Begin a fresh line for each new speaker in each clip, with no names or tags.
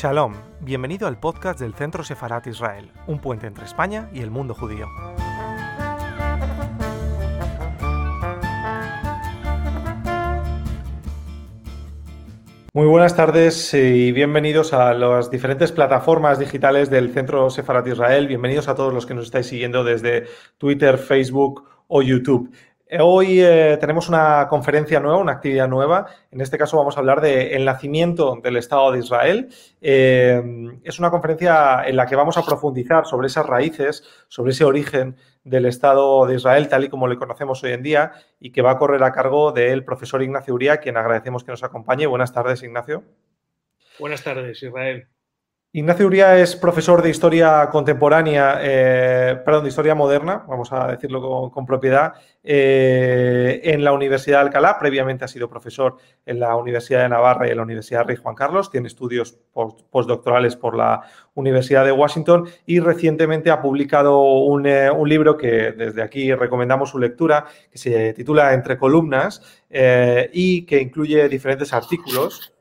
Shalom, bienvenido al podcast del Centro Sefarat Israel, un puente entre España y el mundo judío. Muy buenas tardes y bienvenidos a las diferentes plataformas digitales del Centro Sefarat Israel. Bienvenidos a todos los que nos estáis siguiendo desde Twitter, Facebook o YouTube. Hoy tenemos una conferencia nueva, una actividad nueva. En este caso vamos a hablar del nacimiento del Estado de Israel. Es una conferencia en la que vamos a profundizar sobre esas raíces, sobre ese origen del Estado de Israel, tal y como le conocemos hoy en día, y que va a correr a cargo del profesor Ignacio Uría, a quien agradecemos que nos acompañe. Buenas tardes, Ignacio.
Buenas tardes, Israel.
Ignacio Uría es profesor de Historia Contemporánea, de Historia Moderna, vamos a decirlo con propiedad, en la Universidad de Alcalá. Previamente ha sido profesor en la Universidad de Navarra y en la Universidad Rey Juan Carlos. Tiene estudios postdoctorales por la Universidad de Washington y recientemente ha publicado un libro que desde aquí recomendamos su lectura, que se titula Entre columnas y que incluye diferentes artículos.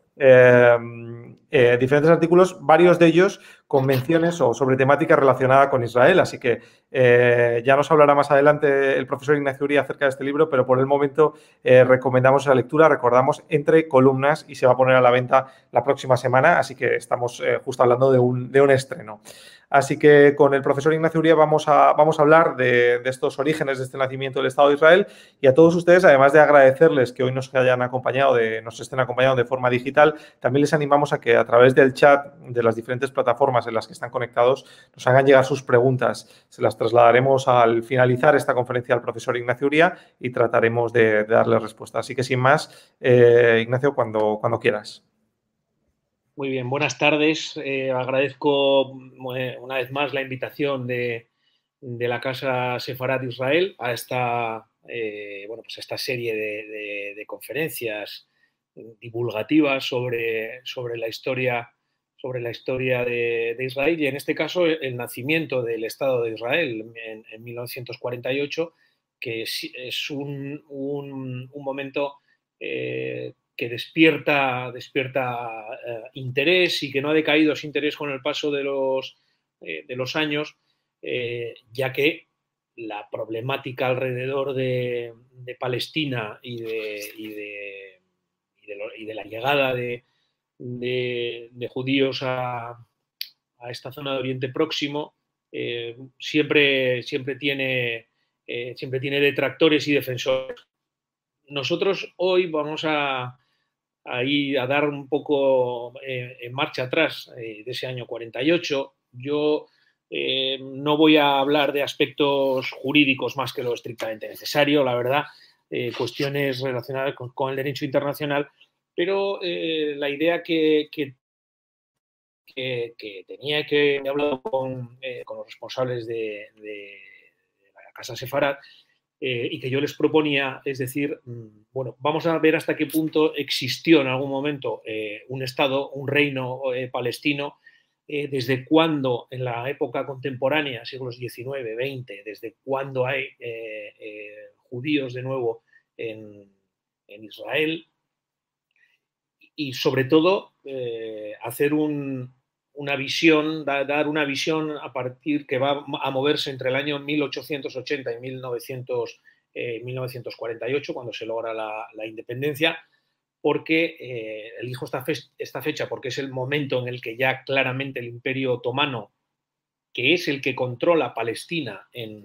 Diferentes artículos, varios de ellos con menciones o sobre temática relacionada con Israel. Así que ya nos hablará más adelante el profesor Ignacio Uría acerca de este libro, pero por el momento recomendamos esa lectura. Recordamos, Entre columnas, y se va a poner a la venta la próxima semana, así que estamos justo hablando de un estreno. Así que con el profesor Ignacio Uría vamos a hablar de estos orígenes de este nacimiento del Estado de Israel, y a todos ustedes, además de agradecerles que hoy nos estén acompañando de forma digital, también les animamos a que a través del chat de las diferentes plataformas en las que están conectados nos hagan llegar sus preguntas. Se las trasladaremos al finalizar esta conferencia al profesor Ignacio Uría y trataremos de darle respuesta. Así que sin más, Ignacio, cuando quieras.
Muy bien, buenas tardes. Agradezco una vez más la invitación de la Casa Sefarat Israel a esta, esta serie de conferencias divulgativas sobre la historia de Israel, y en este caso el nacimiento del Estado de Israel en 1948, que es un momento que despierta interés, y que no ha decaído ese interés con el paso de los años, ya que la problemática alrededor de Palestina y de la llegada de judíos a esta zona de Oriente Próximo siempre tiene detractores y defensores. Nosotros hoy vamos a dar un poco en marcha atrás de ese año 48. Yo no voy a hablar de aspectos jurídicos más que lo estrictamente necesario, la verdad, cuestiones relacionadas con el derecho internacional, pero la idea que tenía, que he hablado con los responsables de la Casa Sefarat, y que yo les proponía, es decir, vamos a ver hasta qué punto existió en algún momento un Estado, un reino palestino, desde cuándo en la época contemporánea, siglos XIX, XX, desde cuándo hay judíos de nuevo en Israel, y sobre todo hacer una visión, dar una visión a partir que va a moverse entre el año 1880 y 1948, cuando se logra la independencia, porque elijo esta fecha porque es el momento en el que ya claramente el Imperio Otomano, que es el que controla Palestina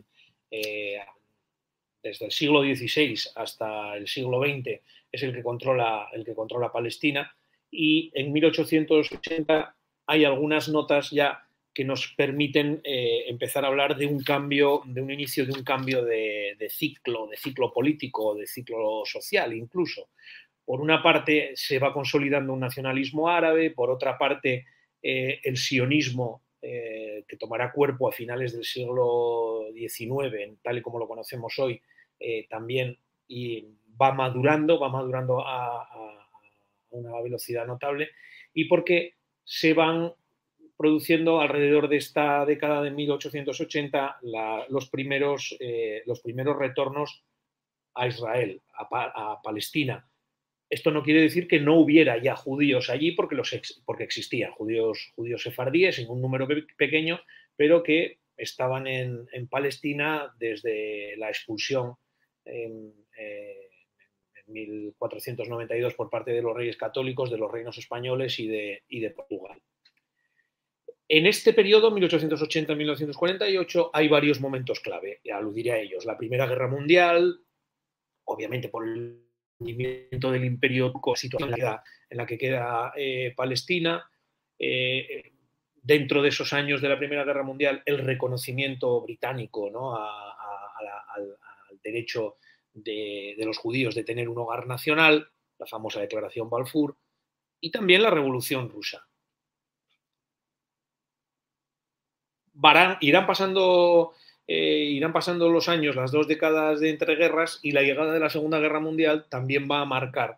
desde el siglo XVI hasta el siglo XX, es el que controla Palestina, y en 1880 hay algunas notas ya que nos permiten empezar a hablar de un cambio, de un inicio de un cambio de ciclo político, de ciclo social incluso. Por una parte se va consolidando un nacionalismo árabe, por otra parte el sionismo, que tomará cuerpo a finales del siglo XIX, tal y como lo conocemos hoy, también, y va madurando a una velocidad notable, y porque se van produciendo alrededor de esta década de 1880 los primeros retornos a Israel, a Palestina, Esto no quiere decir que no hubiera ya judíos allí, porque existían judíos sefardíes en un número pequeño, pero que estaban en Palestina desde la expulsión en 1492 por parte de los reyes católicos, de los reinos españoles y de Portugal. En este periodo, 1880-1948, hay varios momentos clave, aludiré a ellos. La Primera Guerra Mundial, obviamente por el hundimiento del imperio turco, situación en la que queda Palestina. Dentro de esos años de la Primera Guerra Mundial, el reconocimiento británico, ¿no?, al derecho de los judíos de tener un hogar nacional, la famosa Declaración Balfour, y también la Revolución Rusa. Irán pasando los años, las 2 décadas de entreguerras, y la llegada de la Segunda Guerra Mundial también va a marcar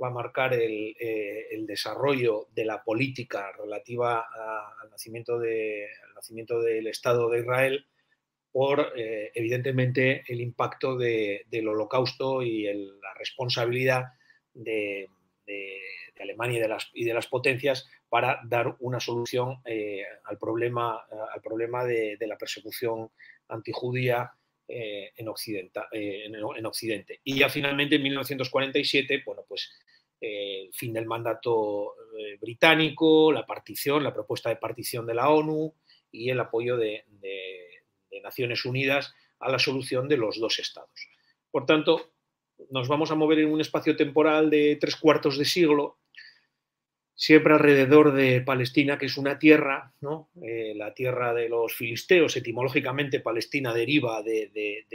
el desarrollo de la política relativa al nacimiento del Estado de Israel por, evidentemente, el impacto del Holocausto y la responsabilidad de Alemania y de las potencias para dar una solución al problema de la persecución antijudía en Occidente. Y ya finalmente, en 1947, bueno, pues el fin del mandato británico, la propuesta de partición de la ONU y el apoyo de Naciones Unidas a la solución de los 2 estados. Por tanto, nos vamos a mover en un espacio temporal de 3/4 de siglo, siempre alrededor de Palestina, que es una tierra, ¿no?, la tierra de los filisteos. Etimológicamente, Palestina deriva de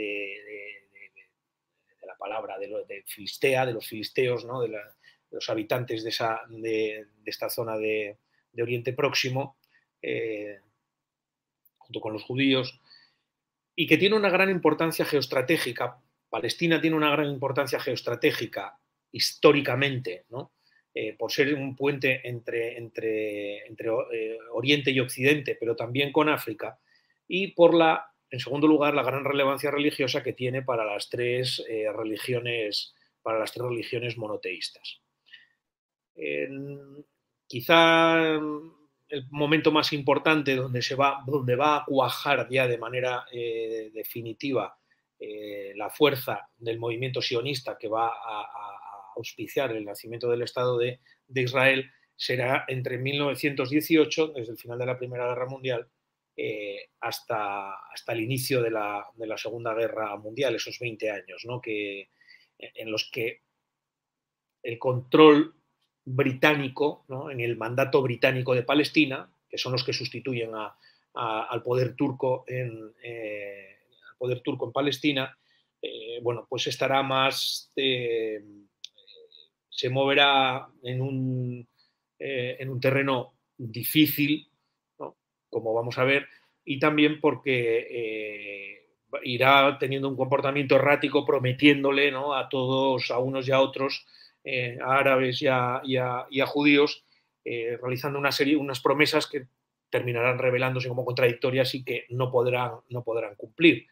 la palabra de Filistea, de los filisteos, ¿no?, de los habitantes de esta zona de Oriente Próximo, junto con los judíos, y que tiene una gran importancia geoestratégica. Palestina tiene una gran importancia geoestratégica históricamente, ¿no?, por ser un puente entre Oriente y Occidente, pero también con África, y en segundo lugar, la gran relevancia religiosa que tiene para las tres religiones monoteístas. Quizá el momento más importante donde va a cuajar ya de manera definitiva la fuerza del movimiento sionista que va a auspiciar el nacimiento del Estado de Israel será entre 1918, desde el final de la Primera Guerra Mundial, hasta el inicio de la Segunda Guerra Mundial, esos 20 años, ¿no?, en los que el control británico, ¿no?, en el mandato británico de Palestina, que son los que sustituyen al poder turco en Palestina, bueno, pues estará más, se moverá en un terreno difícil, ¿no?, como vamos a ver, y también porque irá teniendo un comportamiento errático, prometiéndole, ¿no?, a todos, a unos y a otros, a árabes y a judíos, realizando unas promesas que terminarán revelándose como contradictorias y que no podrán cumplir.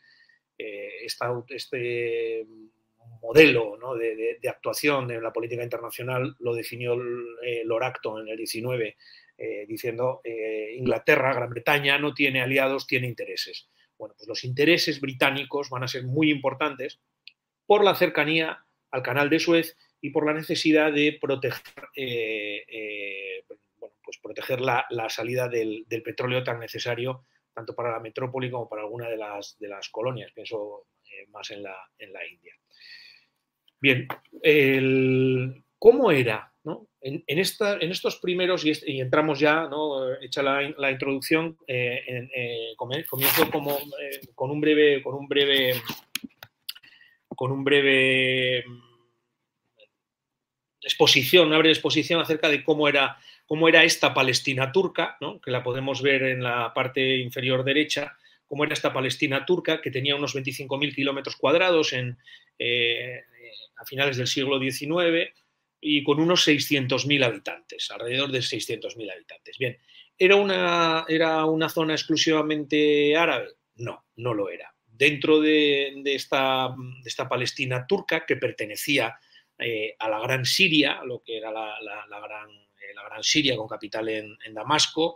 Este modelo, ¿no?, de actuación en la política internacional lo definió Lord Acton en el 19, diciendo Inglaterra, Gran Bretaña, no tiene aliados, tiene intereses. Bueno, pues los intereses británicos van a ser muy importantes por la cercanía al Canal de Suez y por la necesidad de proteger la salida del petróleo tan necesario tanto para la metrópoli como para alguna de las colonias, pienso más en la India. Bien, ¿cómo era, ¿no?, en estos primeros, y entramos ya, ¿no?, hecha la introducción, comienzo con un breve exposición, una breve exposición acerca de cómo era esta Palestina turca, ¿no?, que la podemos ver en la parte inferior derecha, cómo era esta Palestina turca, que tenía unos 25.000 kilómetros cuadrados a finales del siglo XIX y con unos 600.000 habitantes, alrededor de 600.000 habitantes. Bien, ¿era una zona exclusivamente árabe? No, no lo era. Dentro de esta Palestina turca, que pertenecía a la Gran Siria, lo que era la Gran Siria con capital en Damasco,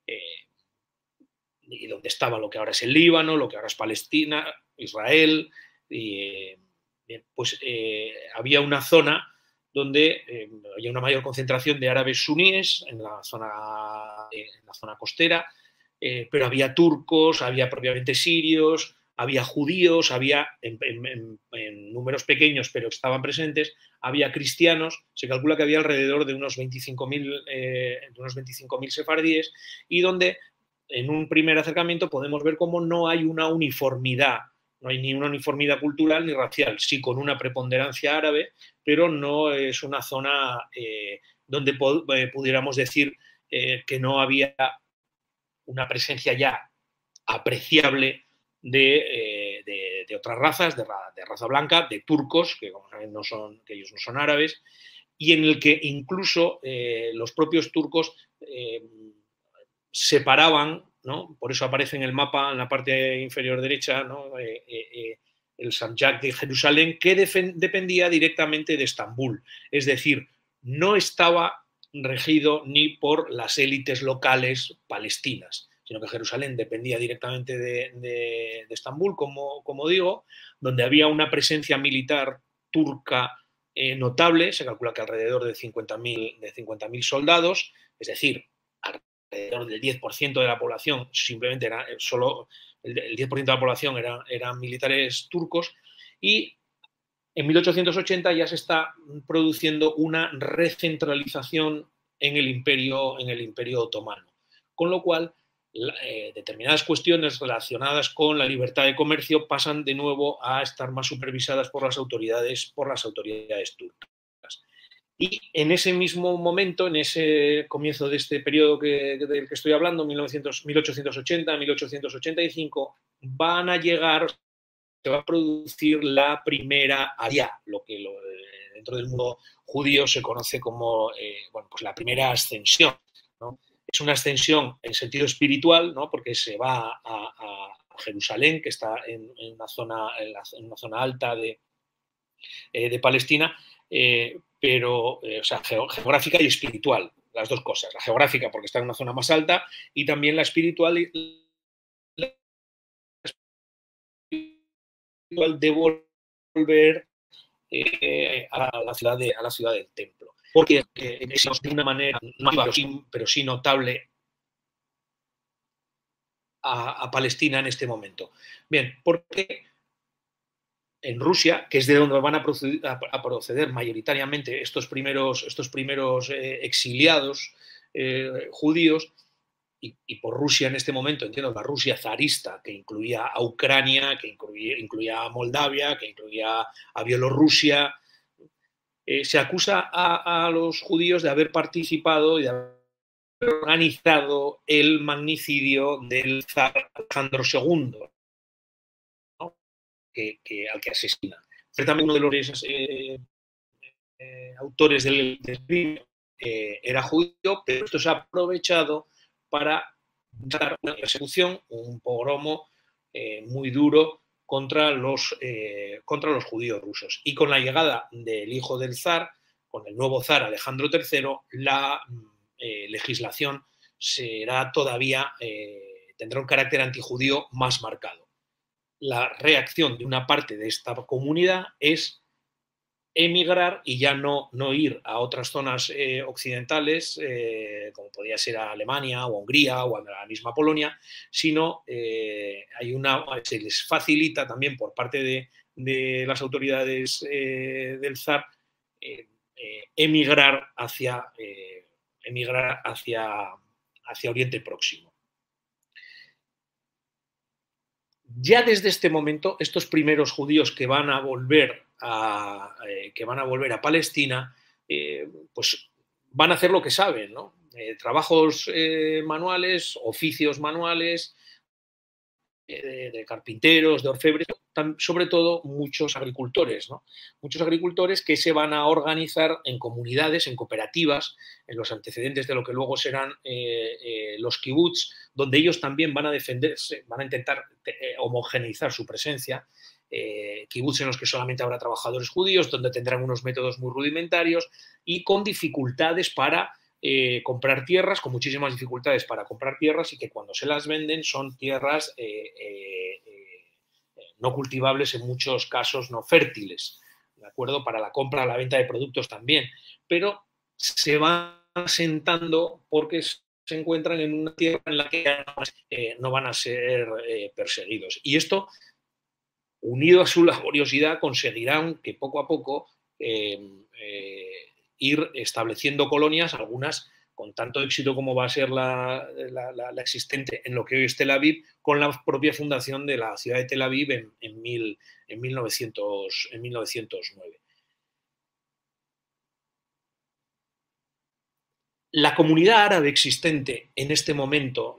y donde estaba lo que ahora es el Líbano, lo que ahora es Palestina, Israel, y pues había una zona donde había una mayor concentración de árabes suníes en la zona costera, pero había turcos, había propiamente sirios, había judíos, había en números pequeños, pero estaban presentes, había cristianos, se calcula que había alrededor de unos 25.000 sefardíes, y donde en un primer acercamiento podemos ver cómo no hay una uniformidad, no hay ni una uniformidad cultural ni racial, sí con una preponderancia árabe, pero no es una zona donde pudiéramos decir que no había una presencia ya apreciable de otras razas, de raza blanca, de turcos, que como saben que ellos no son árabes, y en el que incluso los propios turcos separaban, ¿no? Por eso aparece en el mapa, en la parte inferior derecha, ¿no? El Sanjak de Jerusalén, que dependía directamente de Estambul. Es decir, no estaba regido ni por las élites locales palestinas, sino que Jerusalén dependía directamente de Estambul, como digo, donde había una presencia militar turca notable, se calcula que alrededor de 50.000 soldados, es decir, alrededor del 10% de la población, simplemente era solo el 10% de la población eran militares turcos, y en 1880 ya se está produciendo una recentralización en el imperio otomano, con lo cual determinadas cuestiones relacionadas con la libertad de comercio pasan de nuevo a estar más supervisadas por las autoridades turcas. Y en ese mismo momento, en ese comienzo de este periodo del que estoy hablando, 1880, 1885, se va a producir la primera aliyá, lo que dentro del mundo judío se conoce como pues la primera ascensión, ¿no? Es una ascensión en sentido espiritual, ¿no? Porque se va a Jerusalén, que está en una zona alta de Palestina, pero o sea, geográfica y espiritual, las dos cosas. La geográfica porque está en una zona más alta, y también la espiritual de volver a la ciudad del templo. Porque de una manera, pero sí notable, a Palestina en este momento. Bien, porque en Rusia, que es de donde van a proceder mayoritariamente estos primeros exiliados judíos, y por Rusia en este momento entiendo la Rusia zarista, que incluía a Ucrania, que incluía a Moldavia, que incluía a Bielorrusia, se acusa a los judíos de haber participado y de haber organizado el magnicidio del zar Alejandro II, ¿no? Al que asesina. También uno de los autores del libro era judío, pero esto se ha aprovechado para dar una persecución, un pogromo muy duro contra los judíos rusos. Y con la llegada del hijo del zar, con el nuevo zar Alejandro III, la legislación tendrá un carácter antijudío más marcado. La reacción de una parte de esta comunidad es emigrar y ya no ir a otras zonas occidentales, como podría ser a Alemania o a Hungría o a la misma Polonia, sino se les facilita también por parte de las autoridades del zar emigrar hacia Oriente Próximo. Ya desde este momento, estos primeros judíos que van a volver a Palestina, pues van a hacer lo que saben, ¿no? Trabajos manuales, oficios manuales, de carpinteros, de orfebres, sobre todo muchos agricultores, ¿no? Muchos agricultores que se van a organizar en comunidades, en cooperativas, en los antecedentes de lo que luego serán los kibbutz, donde ellos también van a defenderse, van a intentar homogeneizar su presencia, kibutz en los que solamente habrá trabajadores judíos, donde tendrán unos métodos muy rudimentarios y con dificultades para comprar tierras, con muchísimas dificultades para comprar tierras, y que cuando se las venden son tierras no cultivables, en muchos casos no fértiles, ¿de acuerdo? Para la compra, la venta de productos también, pero se van asentando porque se encuentran en una tierra en la que no van a ser perseguidos. Y esto, unido a su laboriosidad, conseguirán que poco a poco ir estableciendo colonias, algunas con tanto éxito como va a ser la existente en lo que hoy es Tel Aviv, con la propia fundación de la ciudad de Tel Aviv en 1909. La comunidad árabe existente en este momento,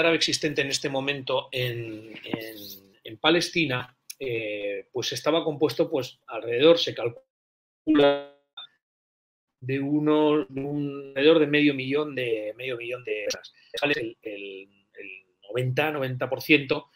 en Palestina, pues estaba compuesto, pues alrededor, se calcula, de alrededor de medio millón de personas. El 90%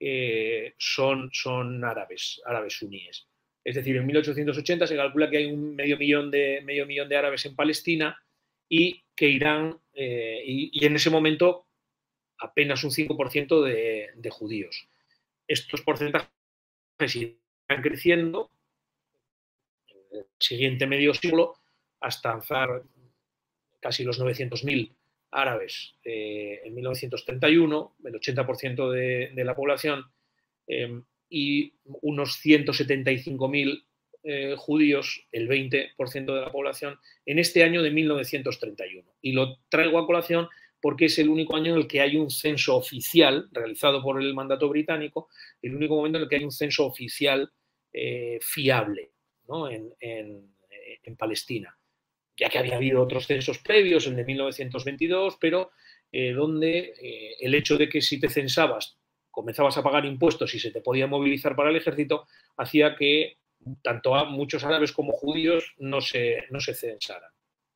son árabes suníes. Es decir, en 1880 se calcula que hay un medio millón de árabes en Palestina, y que Irán, y en ese momento apenas un 5% de judíos. Estos porcentajes irán creciendo en el siguiente medio siglo hasta alcanzar casi los 900.000 árabes en 1931, el 80% de la población, y unos 175.000 judíos, el 20% de la población, en este año de 1931. Y lo traigo a colación porque es el único año en el que hay un censo oficial realizado por el mandato británico, el único momento en el que hay un censo oficial fiable, ¿no? en Palestina, ya que había habido otros censos previos, el de 1922, pero donde el hecho de que si te censabas comenzabas a pagar impuestos y se te podía movilizar para el ejército, hacía que tanto a muchos árabes como judíos no se censaran.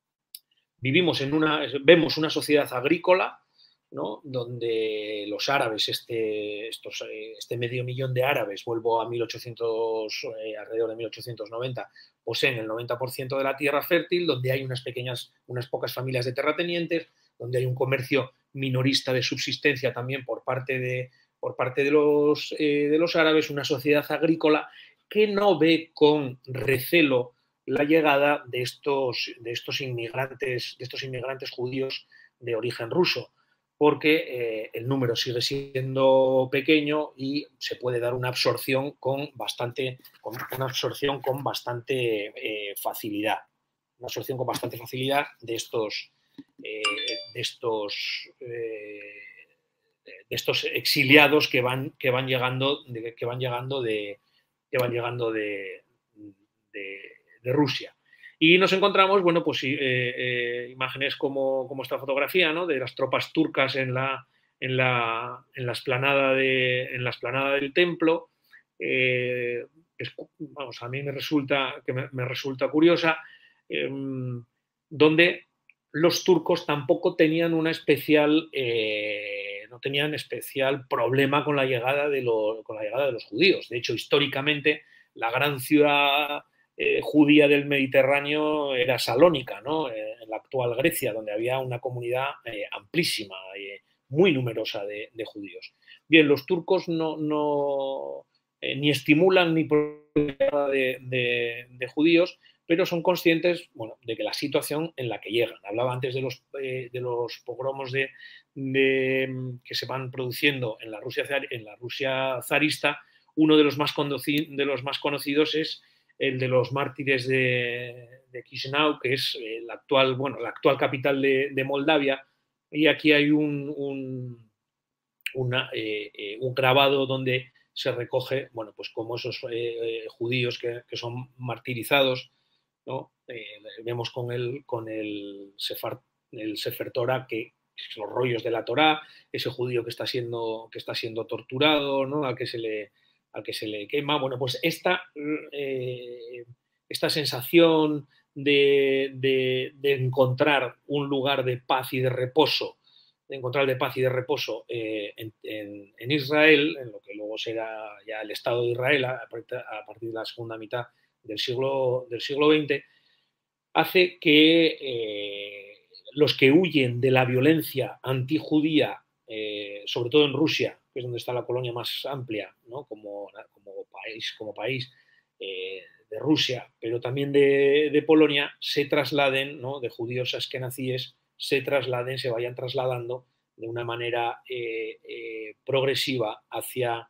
Vemos una sociedad agrícola, ¿no? Donde los árabes, este medio millón de árabes, vuelvo a alrededor de 1890, poseen el 90% de la tierra fértil, donde hay unas pocas familias de terratenientes, donde hay un comercio minorista de subsistencia también por parte de los árabes, una sociedad agrícola que no ve con recelo la llegada de estos inmigrantes judíos de origen ruso, porque el número sigue siendo pequeño y se puede dar una absorción con bastante facilidad. Una absorción con bastante facilidad de estos exiliados que van llegando de Rusia. Y nos encontramos, bueno, pues imágenes como esta fotografía, ¿no? De las tropas turcas en la explanada del templo. Vamos, a mí me resulta curiosa, donde los turcos tampoco tenían no tenían especial problema con la llegada de los judíos. De hecho, históricamente, la gran ciudad judía del Mediterráneo era Salónica, ¿no? En la actual Grecia, donde había una comunidad amplísima, muy numerosa de judíos. Bien, los turcos ni estimulan ni de judíos, pero son conscientes, bueno, de que la situación en la que llegan. Hablaba antes de los pogromos que se van produciendo en la Rusia zarista. Uno de los más conocidos es el de los mártires de Chisinau, que es la actual capital de Moldavia. Y aquí hay un grabado donde se recoge, bueno, pues como esos judíos que son martirizados, ¿no? Vemos con el Sefer Torah, que los rollos de la Torá, ese judío que está siendo torturado, ¿no? al que se le quema. Bueno, pues esta sensación de encontrar un lugar de paz y de reposo encontrar de paz y de reposo en Israel, en lo que luego será ya el Estado de Israel a partir de la segunda mitad del siglo XX, hace que los que huyen de la violencia antijudía, sobre todo en Rusia, que es donde está la colonia más amplia, ¿no? como país de Rusia, pero también de Polonia, se trasladen, ¿no? de judíos askenazíes, se vayan trasladando de una manera progresiva hacia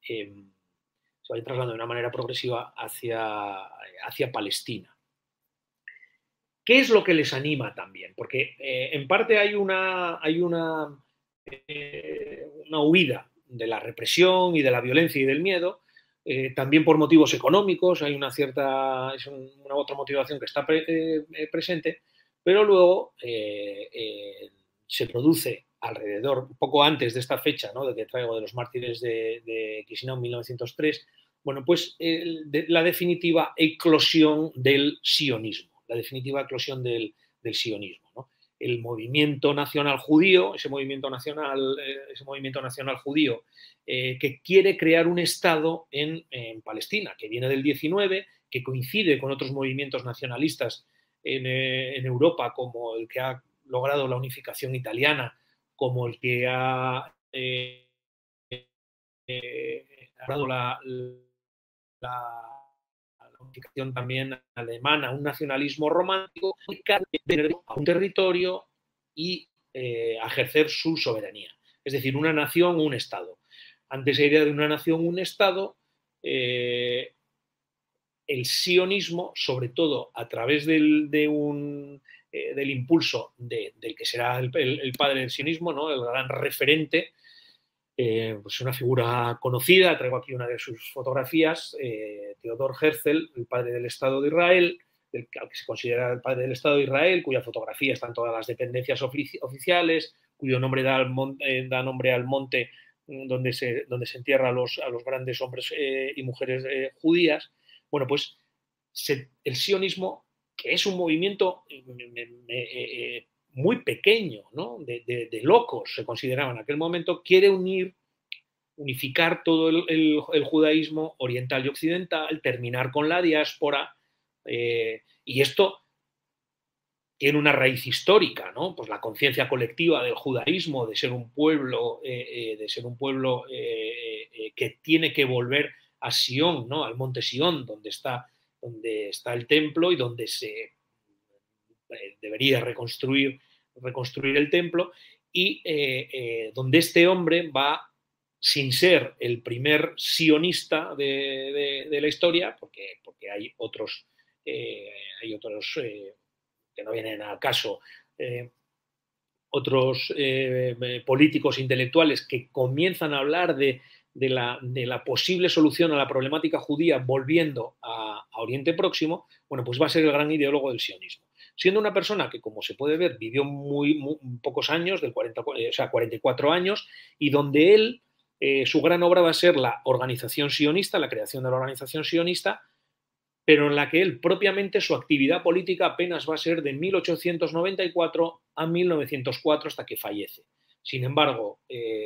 hacia Palestina. ¿Qué es lo que les anima también? Porque en parte hay una huida de la represión y de la violencia y del miedo, también por motivos económicos, hay una otra motivación que está presente, pero luego se produce alrededor, un poco antes de esta fecha, ¿no? de que traigo de los mártires de Chisinau, 1903, bueno, pues la definitiva eclosión del sionismo, ¿no? El movimiento nacional judío, ese movimiento nacional judío que quiere crear un Estado en Palestina, que viene del 19, que coincide con otros movimientos nacionalistas en Europa, como el que ha logrado la unificación italiana, como el que ha logrado la unificación también alemana, un nacionalismo romántico, a un territorio y a ejercer su soberanía. Es decir, una nación, un Estado. Ante esa idea de una nación, un Estado, el sionismo, sobre todo a través del impulso del que será el padre del sionismo, ¿no? el gran referente, pues una figura conocida, traigo aquí una de sus fotografías, Theodor Herzl, el padre del Estado de Israel, al que se considera el padre del Estado de Israel, cuya fotografía está en todas las dependencias oficiales, cuyo nombre da nombre al monte donde se entierra a los grandes hombres y mujeres judías. Bueno, pues el sionismo, que es un movimiento muy pequeño, ¿no? de locos se consideraba en aquel momento, quiere unificar todo el judaísmo oriental y occidental, terminar con la diáspora, y esto tiene una raíz histórica, ¿no? Pues la conciencia colectiva del judaísmo, de ser un pueblo, que tiene que volver a Sion, ¿no? Al monte Sion, donde está el templo y donde se debería reconstruir el templo, y donde este hombre va, sin ser el primer sionista de la historia, porque hay otros que no vienen al caso, otros políticos intelectuales que comienzan a hablar de la posible solución a la problemática judía volviendo a Oriente Próximo, bueno, pues va a ser el gran ideólogo del sionismo. Siendo una persona que, como se puede ver, vivió muy pocos años, 44 años, y donde él, su gran obra va a ser la organización sionista, la creación de la organización sionista, pero en la que él propiamente su actividad política apenas va a ser de 1894 a 1904 hasta que fallece. Sin embargo,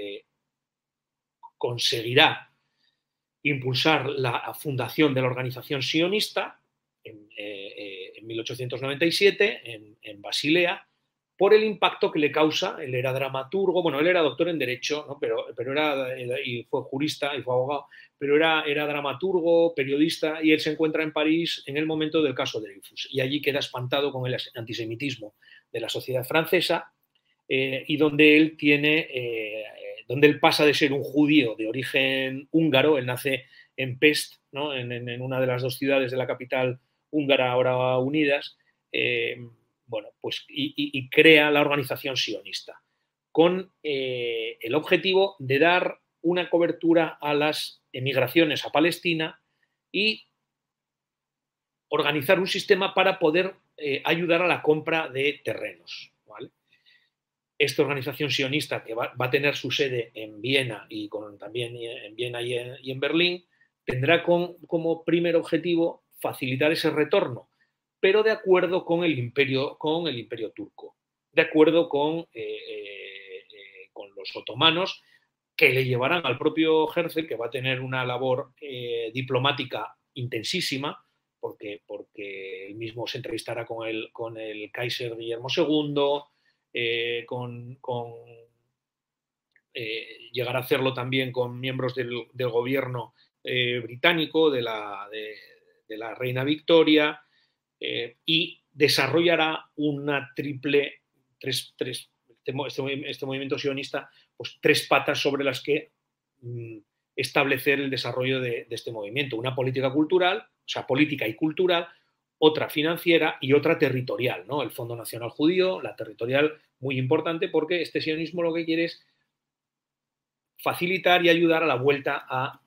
conseguirá impulsar la fundación de la organización sionista en 1897 en Basilea, por el impacto que le causa. Él era dramaturgo, bueno, él era doctor en Derecho, ¿no? pero y fue jurista y fue abogado, pero era dramaturgo, periodista, y él se encuentra en París en el momento del caso Dreyfus, y allí queda espantado con el antisemitismo de la sociedad francesa, y donde él donde él pasa de ser un judío de origen húngaro. Él nace en Pest, ¿no? en una de las dos ciudades de la capital húngara ahora unidas, bueno, pues, y crea la organización sionista con el objetivo de dar una cobertura a las emigraciones a Palestina y organizar un sistema para poder ayudar a la compra de terrenos, ¿vale? Esta organización sionista, que va a tener su sede en Viena y también en Viena y en Berlín, tendrá como primer objetivo facilitar ese retorno, pero de acuerdo con el imperio turco, de acuerdo con los otomanos, que le llevarán al propio Herzl, que va a tener una labor diplomática intensísima, porque él mismo se entrevistará con el Kaiser Guillermo II, llegará a hacerlo también con miembros del gobierno británico, de la reina Victoria, y desarrollará una este movimiento sionista, pues 3 patas sobre las que establecer el desarrollo de este movimiento. Una política cultural, o sea, política y cultural, otra financiera y otra territorial, ¿no? El Fondo Nacional Judío, la territorial, muy importante, porque este sionismo lo que quiere es facilitar y ayudar a la vuelta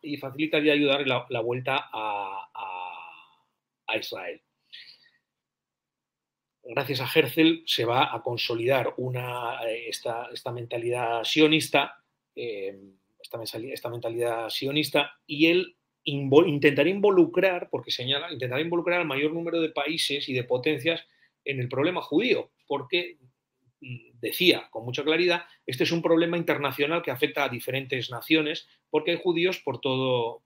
a Israel. Gracias a Herzl se va a consolidar esta mentalidad sionista, y él intentará involucrar, porque señala, intentará involucrar al mayor número de países y de potencias en el problema judío, porque decía con mucha claridad, este es un problema internacional que afecta a diferentes naciones, porque hay judíos por todo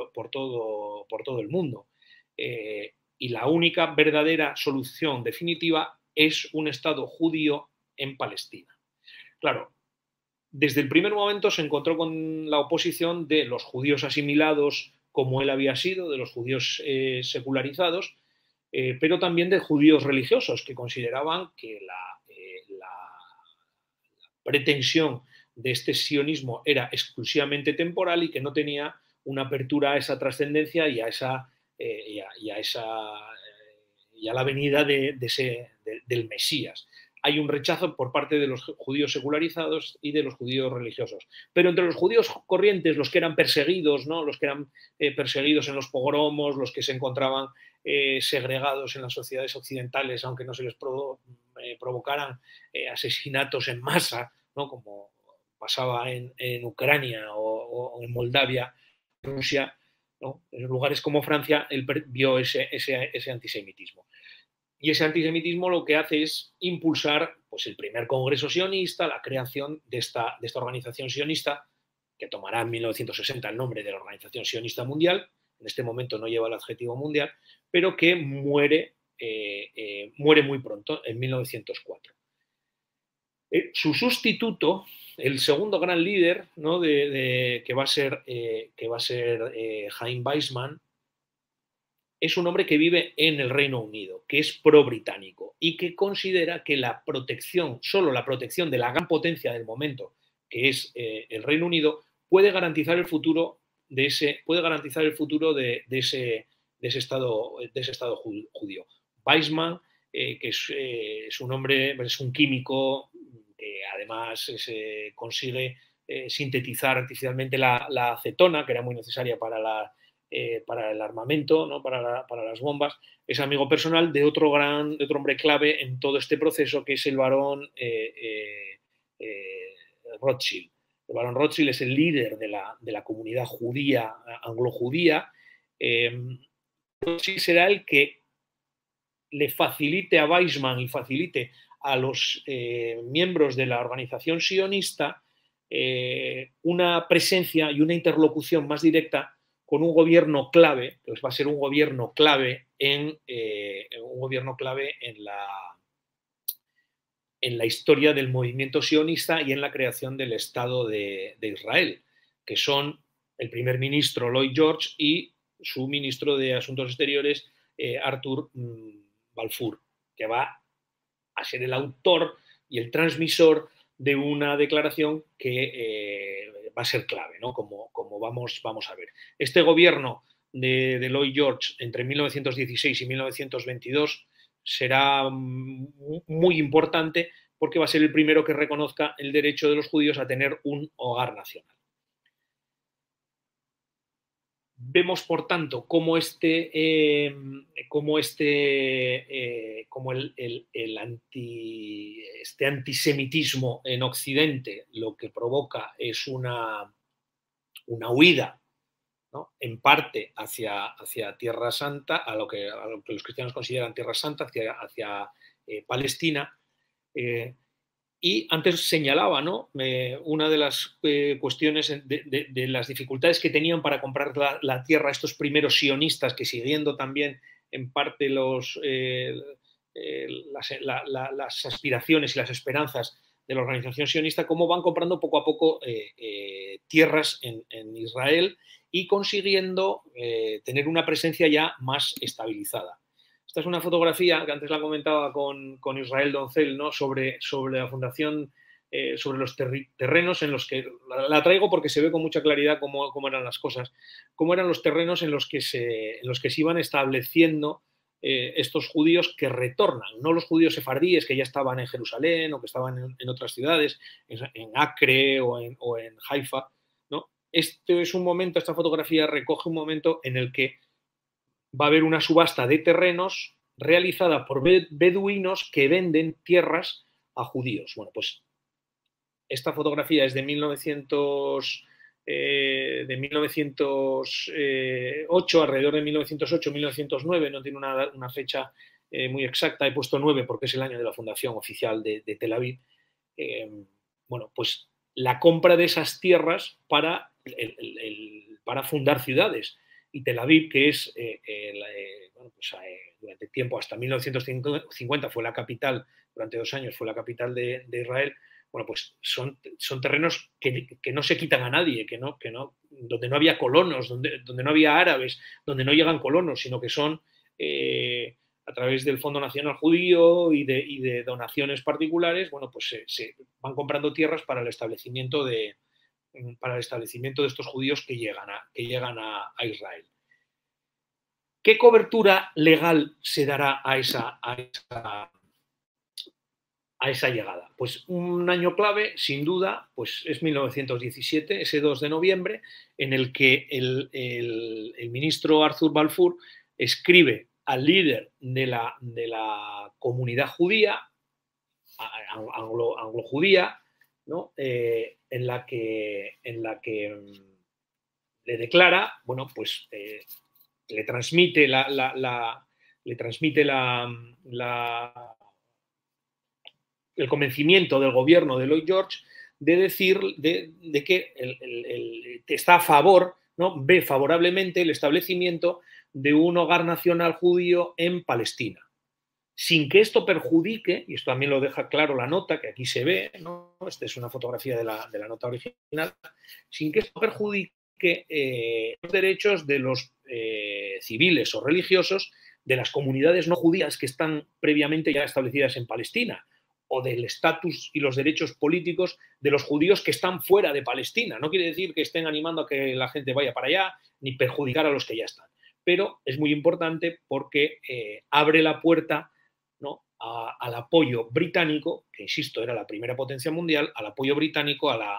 el mundo. Y la única verdadera solución definitiva es un Estado judío en Palestina. Claro, desde el primer momento se encontró con la oposición de los judíos asimilados, como él había sido, de los judíos secularizados, pero también de judíos religiosos, que consideraban que la pretensión de este sionismo era exclusivamente temporal y que no tenía una apertura a esa trascendencia y a la venida del Mesías. Hay un rechazo por parte de los judíos secularizados y de los judíos religiosos. Pero entre los judíos corrientes, los que eran perseguidos, ¿no? Los que eran perseguidos en los pogromos, los que se encontraban segregados en las sociedades occidentales, aunque no se les provocaran asesinatos en masa, ¿no? Como pasaba en Ucrania o en Moldavia, Rusia, ¿no? En lugares como Francia, él vio ese antisemitismo. Y ese antisemitismo lo que hace es impulsar, pues, el primer congreso sionista, la creación de esta organización sionista, que tomará en 1960 el nombre de la Organización Sionista Mundial. En este momento no lleva el adjetivo mundial, pero que muere muy pronto, en 1904. Su sustituto, el segundo gran líder, ¿no? que va a ser Chaim Weizmann, es un hombre que vive en el Reino Unido, que es pro-británico y que considera que solo la protección de la gran potencia del momento, que es el Reino Unido, puede garantizar el futuro de ese Estado judío. Weizmann, que es un hombre, es un químico que además consigue sintetizar artificialmente la acetona, que era muy necesaria para el armamento, ¿no? para las bombas, es amigo personal de otro hombre clave en todo este proceso, que es el barón Rothschild. El barón Rothschild es el líder de la comunidad judía, anglo-judía. Rothschild será el que le facilite a Weizmann y facilite a los miembros de la organización sionista una presencia y una interlocución más directa con un gobierno clave, pues va a ser un gobierno clave en la historia del movimiento sionista y en la creación del Estado de Israel, que son el primer ministro Lloyd George y su ministro de Asuntos Exteriores Arthur Balfour, que va a ser el autor y el transmisor de una declaración que va a ser clave, ¿no? Como vamos a ver. Este gobierno de Lloyd George entre 1916 y 1922 será muy importante, porque va a ser el primero que reconozca el derecho de los judíos a tener un hogar nacional. Vemos, por tanto, cómo el antisemitismo en Occidente lo que provoca es una huida, ¿no? En parte hacia Tierra Santa, a lo que los cristianos consideran Tierra Santa, hacia Palestina, Y antes señalaba, ¿no? Una de las cuestiones de las dificultades que tenían para comprar la tierra estos primeros sionistas, que siguiendo también en parte las aspiraciones y las esperanzas de la organización sionista, cómo van comprando poco a poco tierras en Israel y consiguiendo tener una presencia ya más estabilizada. Esta es una fotografía que antes la comentaba con Israel Doncel, ¿no? sobre la fundación, sobre los terrenos en los que, la traigo porque se ve con mucha claridad cómo eran las cosas, cómo eran los terrenos en los que se iban estableciendo estos judíos que retornan, no los judíos sefardíes que ya estaban en Jerusalén o que estaban en otras ciudades, en Acre o en Haifa, ¿no? Este es un momento, esta fotografía recoge un momento en el que va a haber una subasta de terrenos realizada por beduinos que venden tierras a judíos. Bueno, pues esta fotografía es de 1908, alrededor de 1908-1909, no tiene una fecha muy exacta, he puesto 9 porque es el año de la fundación oficial de Tel Aviv. Bueno, pues la compra de esas tierras para fundar ciudades. Y Tel Aviv, que es bueno, pues, durante tiempo, hasta 1950 fue la capital, durante 2 años fue la capital de Israel. Bueno, pues son terrenos que no se quitan a nadie, donde no había colonos, donde no había árabes, donde no llegan colonos, sino que son a través del Fondo Nacional Judío y de donaciones particulares, bueno, pues se van comprando tierras para el establecimiento de estos judíos que llegan a Israel. ¿Qué cobertura legal se dará a esa llegada? Pues un año clave, sin duda, pues es 1917, ese 2 de noviembre, en el que el ministro Arthur Balfour escribe al líder de la comunidad judía, anglo-judía, ¿no? En la que le declara, bueno, pues le transmite el convencimiento del gobierno de Lloyd George de decir de que está a favor, ¿no? Ve favorablemente el establecimiento de un hogar nacional judío en Palestina, sin que esto perjudique, y esto también lo deja claro la nota, que aquí se ve, ¿no? Esta es una fotografía de la nota original, sin que esto perjudique los derechos de los civiles o religiosos de las comunidades no judías que están previamente ya establecidas en Palestina, o del estatus y los derechos políticos de los judíos que están fuera de Palestina. No quiere decir que estén animando a que la gente vaya para allá, ni perjudicar a los que ya están. Pero es muy importante porque abre la puerta, ¿no? al apoyo británico, que insisto, era la primera potencia mundial, al apoyo británico al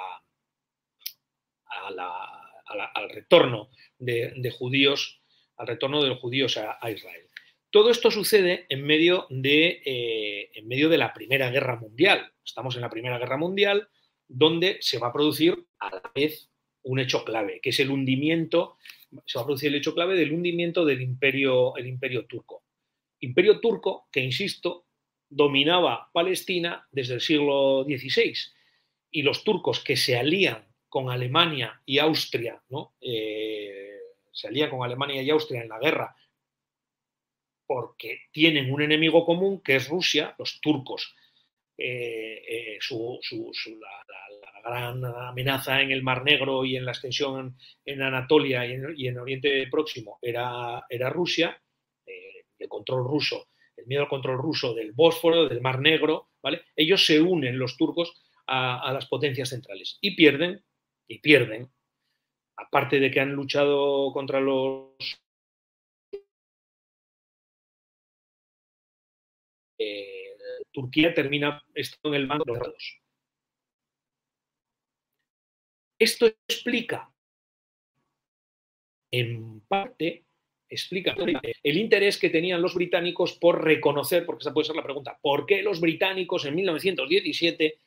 retorno de judíos, al retorno de los judíos a Israel. Todo esto sucede en medio de la Primera Guerra Mundial. Estamos en la Primera Guerra Mundial, donde se va a producir a la vez un hecho clave, que es el hundimiento, se va a producir el hecho clave del hundimiento del imperio turco. Imperio turco que, insisto, dominaba Palestina desde el siglo XVI. Y los turcos que se alían con Alemania y Austria, ¿no? Se alían con Alemania y Austria en la guerra porque tienen un enemigo común que es Rusia, los turcos. La gran amenaza en el Mar Negro y en la extensión en Anatolia y en Oriente Próximo era Rusia, el control ruso, el miedo al control ruso del Bósforo, del Mar Negro, ¿vale? Ellos se unen, los turcos, a las potencias centrales y pierden, aparte de que han luchado contra los Turquía termina estando en el bando de los aliados. Esto explica, en parte, el interés que tenían los británicos por reconocer, porque esa puede ser la pregunta, ¿por qué los británicos en 1917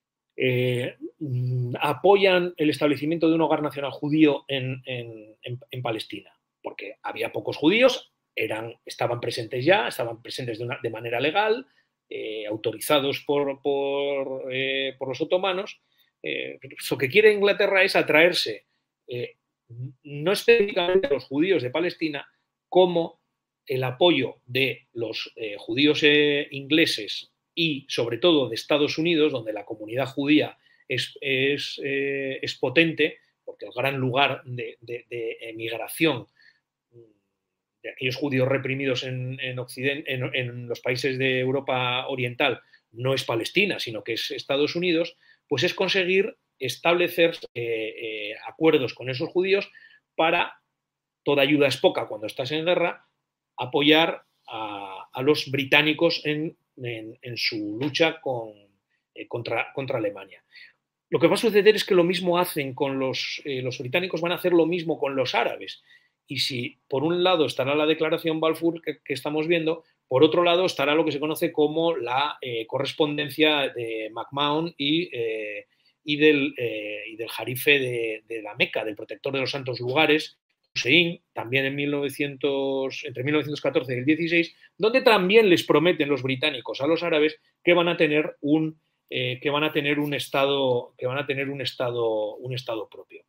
apoyan el establecimiento de un hogar nacional judío en Palestina? Porque había pocos judíos, estaban presentes de manera legal, autorizados por los otomanos. Lo que quiere Inglaterra es atraerse no específicamente a los judíos de Palestina, como el apoyo de los judíos ingleses y sobre todo de Estados Unidos, donde la comunidad judía es potente, porque el gran lugar de emigración de aquellos judíos reprimidos en los países de Europa Oriental no es Palestina, sino que es Estados Unidos, pues es conseguir establecer acuerdos con esos judíos para, toda ayuda es poca cuando estás en guerra, apoyar a los británicos en su lucha contra Alemania. Lo que va a suceder es que lo mismo hacen con los británicos, van a hacer lo mismo con los árabes. Y si por un lado estará la declaración Balfour que estamos viendo, por otro lado estará lo que se conoce como la correspondencia de McMahon y del jarife de la Meca, del protector de los santos lugares, Hussein, también entre 1914 y el 16, donde también les prometen los británicos a los árabes que van a tener un estado propio.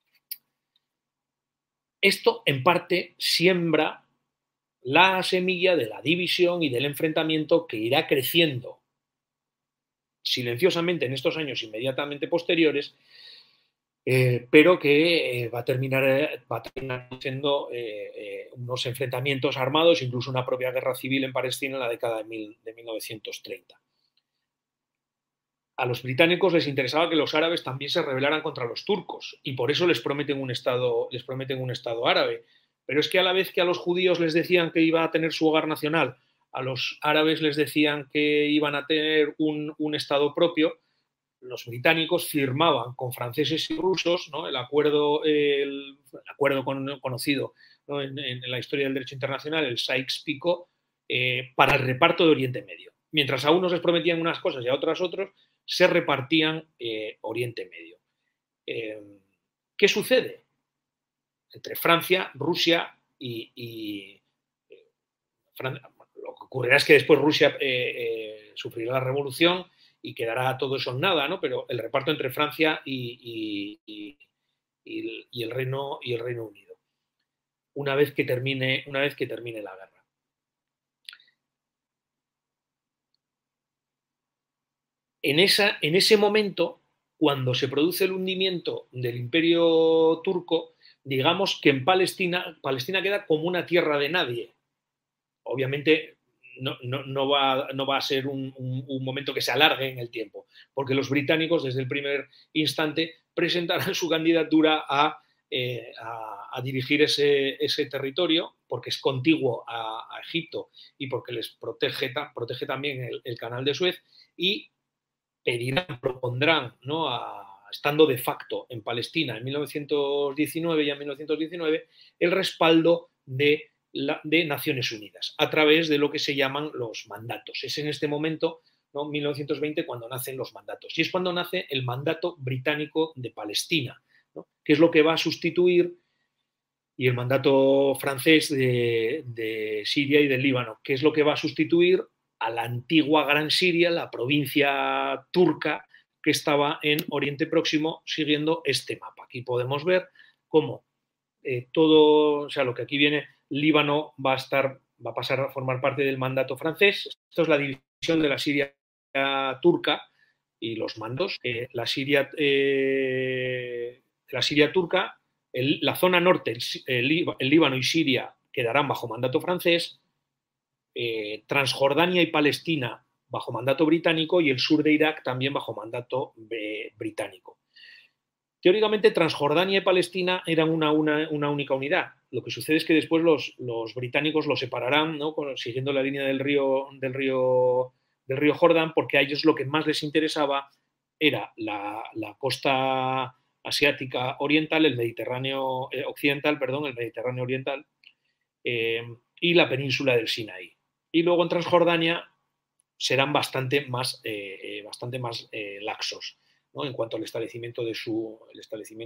Esto, en parte, siembra la semilla de la división y del enfrentamiento que irá creciendo silenciosamente en estos años inmediatamente posteriores, pero que va a terminar siendo unos enfrentamientos armados, incluso una propia guerra civil en Palestina en la década de 1930. A los británicos les interesaba que los árabes también se rebelaran contra los turcos y por eso les prometen un estado árabe. Pero es que a la vez que a los judíos les decían que iba a tener su hogar nacional, a los árabes les decían que iban a tener un estado propio, los británicos firmaban con franceses y rusos, ¿no?, el acuerdo conocido, ¿no?, en la historia del derecho internacional, el Sykes-Picot, para el reparto de Oriente Medio. Mientras a unos les prometían unas cosas y a otros se repartían Oriente Medio. ¿Qué sucede? Entre Francia, Rusia y Francia, lo que ocurrirá es que después Rusia sufrirá la revolución y quedará todo eso en nada, ¿no? Pero el reparto entre Francia y el Reino Unido, una vez que termine la guerra. En ese momento, cuando se produce el hundimiento del Imperio turco, digamos que en Palestina queda como una tierra de nadie. Obviamente no va a ser un momento que se alargue en el tiempo, porque los británicos desde el primer instante presentarán su candidatura a dirigir ese territorio, porque es contiguo a Egipto y porque les protege también el canal de Suez, y propondrán, ¿no?, estando de facto en Palestina en 1919 el respaldo de Naciones Unidas a través de lo que se llaman los mandatos. Es en este momento, ¿no?, 1920, cuando nacen los mandatos. Y es cuando nace el mandato británico de Palestina, ¿no?, que es lo que va a sustituir, y el mandato francés de Siria y del Líbano, que es lo que va a sustituir a la antigua Gran Siria, la provincia turca que estaba en Oriente Próximo, siguiendo este mapa. Aquí podemos ver cómo todo, o sea, lo que aquí viene, Líbano va a pasar a formar parte del mandato francés. Esto es la división de la Siria turca y los mandos. La Siria turca, la zona norte, el Líbano y Siria quedarán bajo mandato francés, Transjordania y Palestina bajo mandato británico y el sur de Irak también bajo mandato británico. Teóricamente, Transjordania y Palestina eran una única unidad. Lo que sucede es que después los británicos lo separarán, ¿no?, siguiendo la línea del río Jordán, porque a ellos lo que más les interesaba era la costa asiática oriental, el Mediterráneo occidental, perdón, el Mediterráneo oriental, y la península del Sinaí. Y luego en Transjordania serán bastante más laxos, ¿no?, en cuanto al establecimiento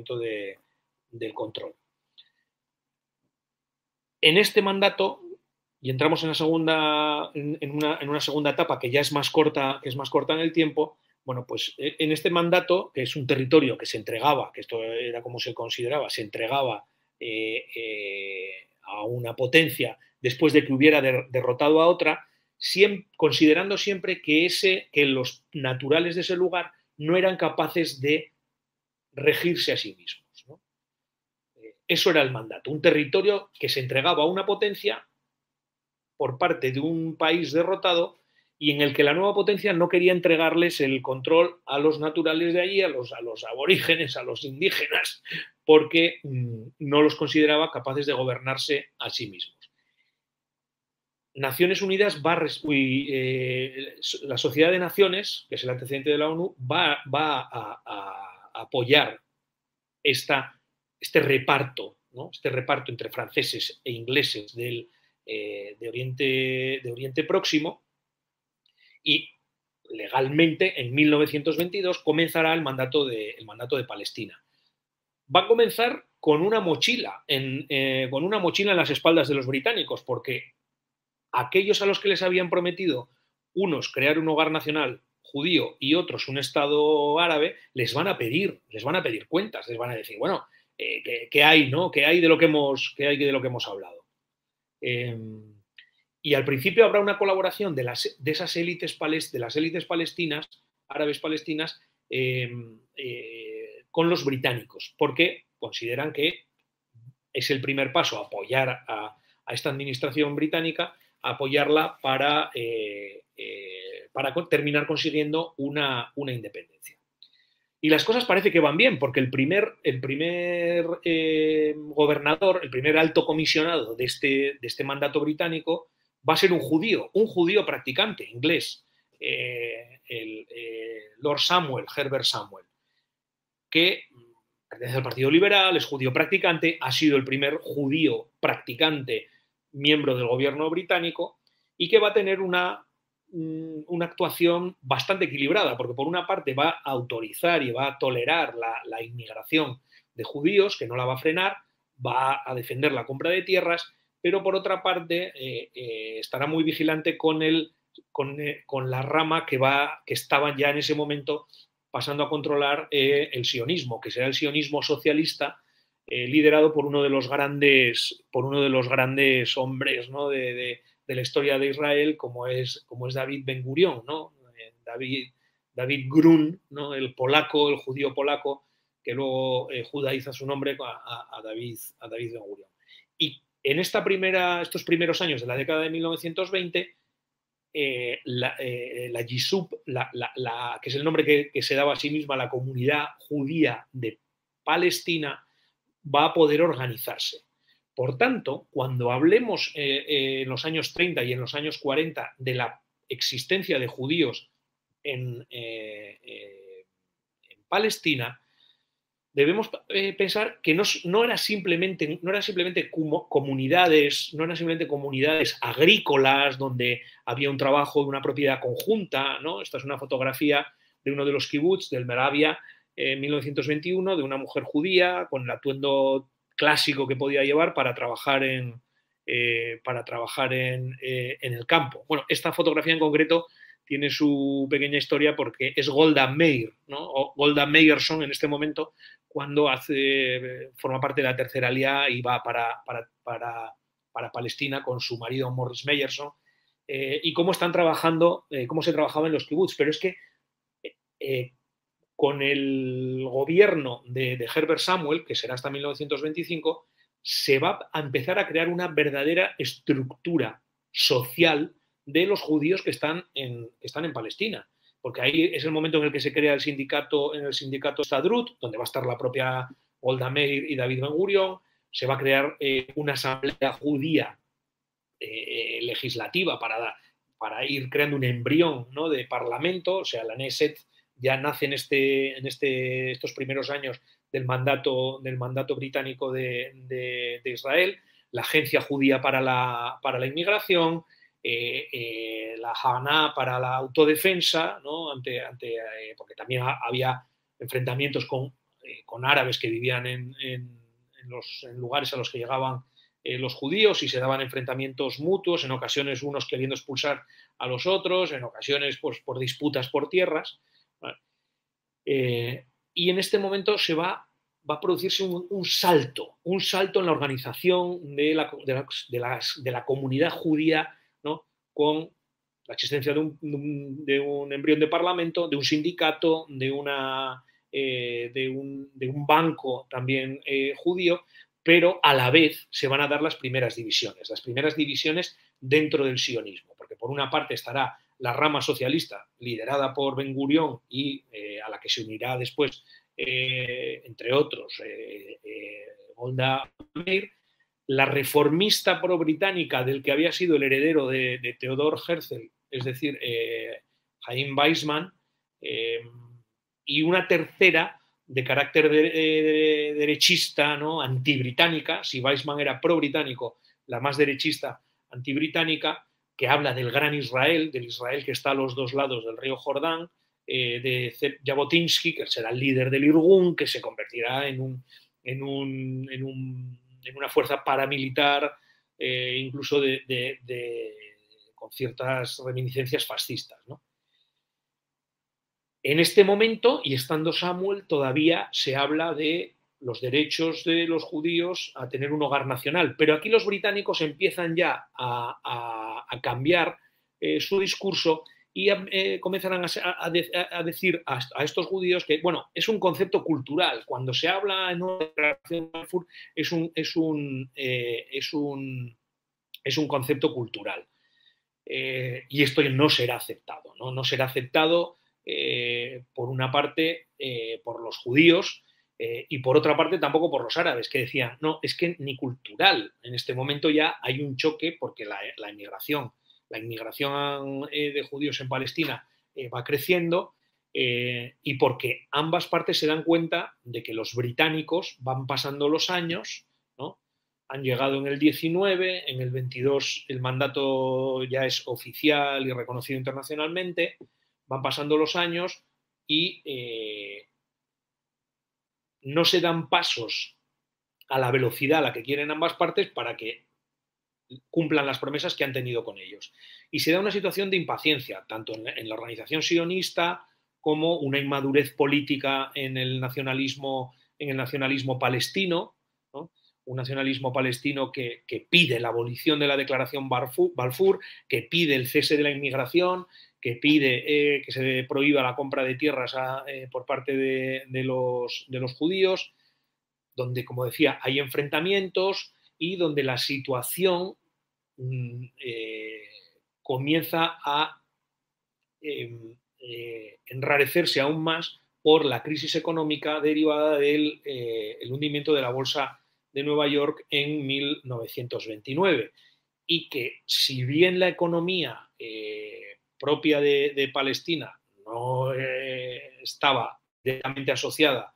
del control. En este mandato y entramos en, la segunda, en una segunda etapa que ya es más corta, en el tiempo. Bueno, pues en este mandato, que es un territorio que se entregaba, que esto era como se consideraba, se entregaba a una potencia después de que hubiera derrotado a otra, considerando siempre que los naturales de ese lugar no eran capaces de regirse a sí mismos, ¿no? Eso era el mandato, un territorio que se entregaba a una potencia por parte de un país derrotado y en el que la nueva potencia no quería entregarles el control a los naturales de allí, a los aborígenes, a los indígenas, porque no los consideraba capaces de gobernarse a sí mismos. Naciones Unidas la Sociedad de Naciones, que es el antecedente de la ONU, va a apoyar este reparto, ¿no? Este reparto entre franceses e ingleses de Oriente Próximo, y legalmente en 1922 comenzará el mandato de Palestina. Va a comenzar con una mochila en las espaldas de los británicos, porque aquellos a los que les habían prometido unos crear un hogar nacional judío y otros un Estado árabe, les van a pedir cuentas, les van a decir, bueno, ¿qué hay, no? ¿Qué hay de lo que hemos hablado? Y al principio habrá una colaboración de esas élites palestinas, árabes palestinas, con los británicos, porque consideran que es el primer paso a apoyar a esta administración británica, a apoyarla para terminar consiguiendo una independencia. Y las cosas parece que van bien, porque el primer gobernador, el primer alto comisionado de este mandato británico va a ser un judío practicante, inglés, Lord Samuel, Herbert Samuel, que pertenece al Partido Liberal, es judío practicante, ha sido el primer judío practicante miembro del gobierno británico y que va a tener una actuación bastante equilibrada, porque por una parte va a autorizar y va a tolerar la inmigración de judíos, que no la va a frenar, va a defender la compra de tierras, pero por otra parte estará muy vigilante con la rama que estaba ya en ese momento pasando a controlar el sionismo, que será el sionismo socialista, liderado por uno de los grandes hombres, ¿no?, de la historia de Israel, como es David Ben Gurión, ¿no? David Grun, ¿no?, el judío polaco, que luego judaiza su nombre a David Ben Gurión. Y en estos primeros años de la década de 1920, la Yishuv, que es el nombre que se daba a sí misma la comunidad judía de Palestina, va a poder organizarse. Por tanto, cuando hablemos en los años 30 y en los años 40 de la existencia de judíos en Palestina, debemos pensar que no eran simplemente comunidades agrícolas donde había un trabajo de una propiedad conjunta, ¿no? Esta es una fotografía de uno de los kibbutz del Meravia en 1921, de una mujer judía con el atuendo clásico que podía llevar para trabajar en el campo. Bueno, esta fotografía en concreto tiene su pequeña historia porque es Golda Meir, ¿no? O Golda Meirson en este momento, cuando forma parte de la Tercera Aliyá y va para Palestina con su marido Morris Meyerson, y cómo están trabajando, cómo se trabajaba en los kibbutz. Pero es que con el gobierno de Herbert Samuel, que será hasta 1925, se va a empezar a crear una verdadera estructura social de los judíos que están en Palestina. Porque ahí es el momento en el que se crea el sindicato Stadrut, donde va a estar la propia Golda Meir y David Ben Gurión. Se va a crear una asamblea judía legislativa para ir creando un embrión, ¿no?, de parlamento. O sea, la Knesset ya nace en estos primeros años del mandato británico de Israel, la Agencia Judía para la Inmigración, la Haganah para la autodefensa, ¿no?, porque también había enfrentamientos con árabes que vivían en lugares a los que llegaban los judíos y se daban enfrentamientos mutuos, en ocasiones unos queriendo expulsar a los otros, en ocasiones pues, por disputas por tierras. Y en este momento va a producirse un salto en la organización de la comunidad judía, ¿no? Con la existencia de un embrión de parlamento, de un sindicato, de un banco también judío, pero a la vez se van a dar las primeras divisiones dentro del sionismo, porque por una parte estará la rama socialista liderada por Ben Gurión y a la que se unirá después, entre otros, Golda Meir, la reformista pro-británica del que había sido el heredero de Theodor Herzl, es decir, Chaim Weizmann, y una tercera de carácter derechista, ¿no? Antibritánica. Si Weizmann era pro-británico, la más derechista antibritánica, que habla del gran Israel, del Israel que está a los dos lados del río Jordán, de Zev Jabotinsky, que será el líder del Irgun, que se convertirá en una fuerza paramilitar, incluso con ciertas reminiscencias fascistas, ¿no? En este momento, y estando Samuel, todavía se habla de los derechos de los judíos a tener un hogar nacional, pero aquí los británicos empiezan ya a cambiar su discurso y comenzarán a decir a estos judíos que, bueno, es un concepto cultural. Cuando se habla en una declaración de Balfour es un concepto cultural. Y esto no será aceptado, ¿no? No será aceptado, por una parte, por los judíos, y por otra parte tampoco por los árabes, que decían, no, es que ni cultural. En este momento ya hay un choque porque la inmigración de judíos en Palestina va creciendo, y porque ambas partes se dan cuenta de que los británicos van pasando los años, ¿no? Han llegado en el 19, en el 22 el mandato ya es oficial y reconocido internacionalmente, van pasando los años y no se dan pasos a la velocidad a la que quieren ambas partes para que cumplan las promesas que han tenido con ellos. Y se da una situación de impaciencia, tanto en la organización sionista como una inmadurez política en el nacionalismo palestino, ¿no? Un nacionalismo palestino que pide la abolición de la declaración Balfour, que pide el cese de la inmigración, que pide que se prohíba la compra de tierras por parte de los judíos, donde, como decía, hay enfrentamientos y donde la situación comienza a enrarecerse aún más por la crisis económica derivada del hundimiento de la bolsa de Nueva York en 1929. Y que, si bien la economía propia de Palestina no estaba directamente asociada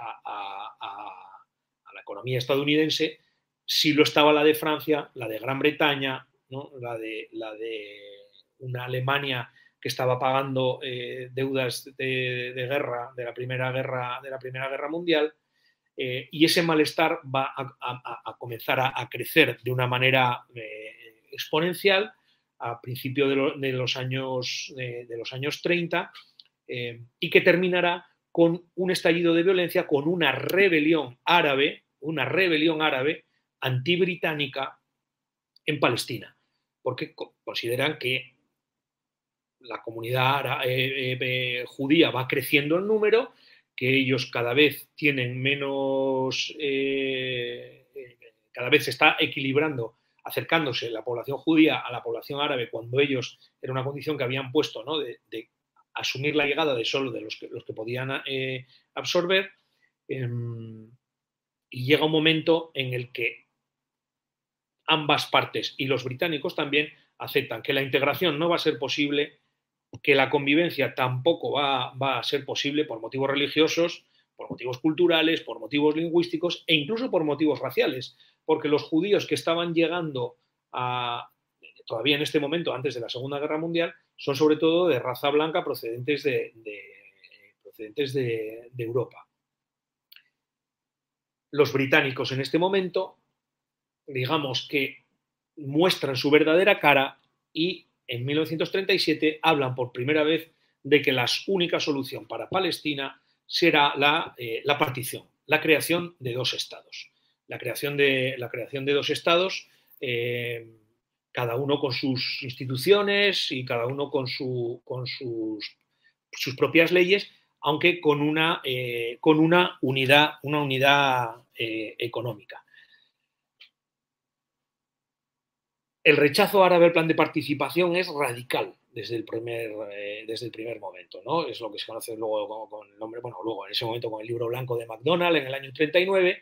a la economía estadounidense, sí lo estaba la de Francia, la de Gran Bretaña, ¿no? la de una Alemania que estaba pagando deudas de guerra de la Primera Guerra Mundial, y ese malestar va a comenzar a crecer de una manera exponencial a principios de los años 30, y que terminará con un estallido de violencia, con una rebelión árabe antibritánica en Palestina, porque consideran que la comunidad judía va creciendo en número, que ellos cada vez tienen menos, cada vez se está equilibrando, acercándose la población judía a la población árabe, cuando ellos era una condición que habían puesto, ¿no? de asumir la llegada de solo de los que podían absorber, y llega un momento en el que ambas partes, y los británicos también, aceptan que la integración no va a ser posible, que la convivencia tampoco va a ser posible por motivos religiosos, por motivos culturales, por motivos lingüísticos e incluso por motivos raciales, porque los judíos que estaban llegando todavía en este momento, antes de la Segunda Guerra Mundial, son sobre todo de raza blanca procedentes de Europa. Los británicos en este momento digamos que muestran su verdadera cara y en 1937 hablan por primera vez de que la única solución para Palestina será la partición, la creación de dos estados. La creación de dos estados, cada uno con sus instituciones y cada uno con sus propias leyes, aunque con una unidad económica. El rechazo árabe al plan de participación es radical desde el primer momento, ¿no? Es lo que se conoce luego con el nombre, bueno, luego en ese momento con el libro blanco de MacDonald en el año 39,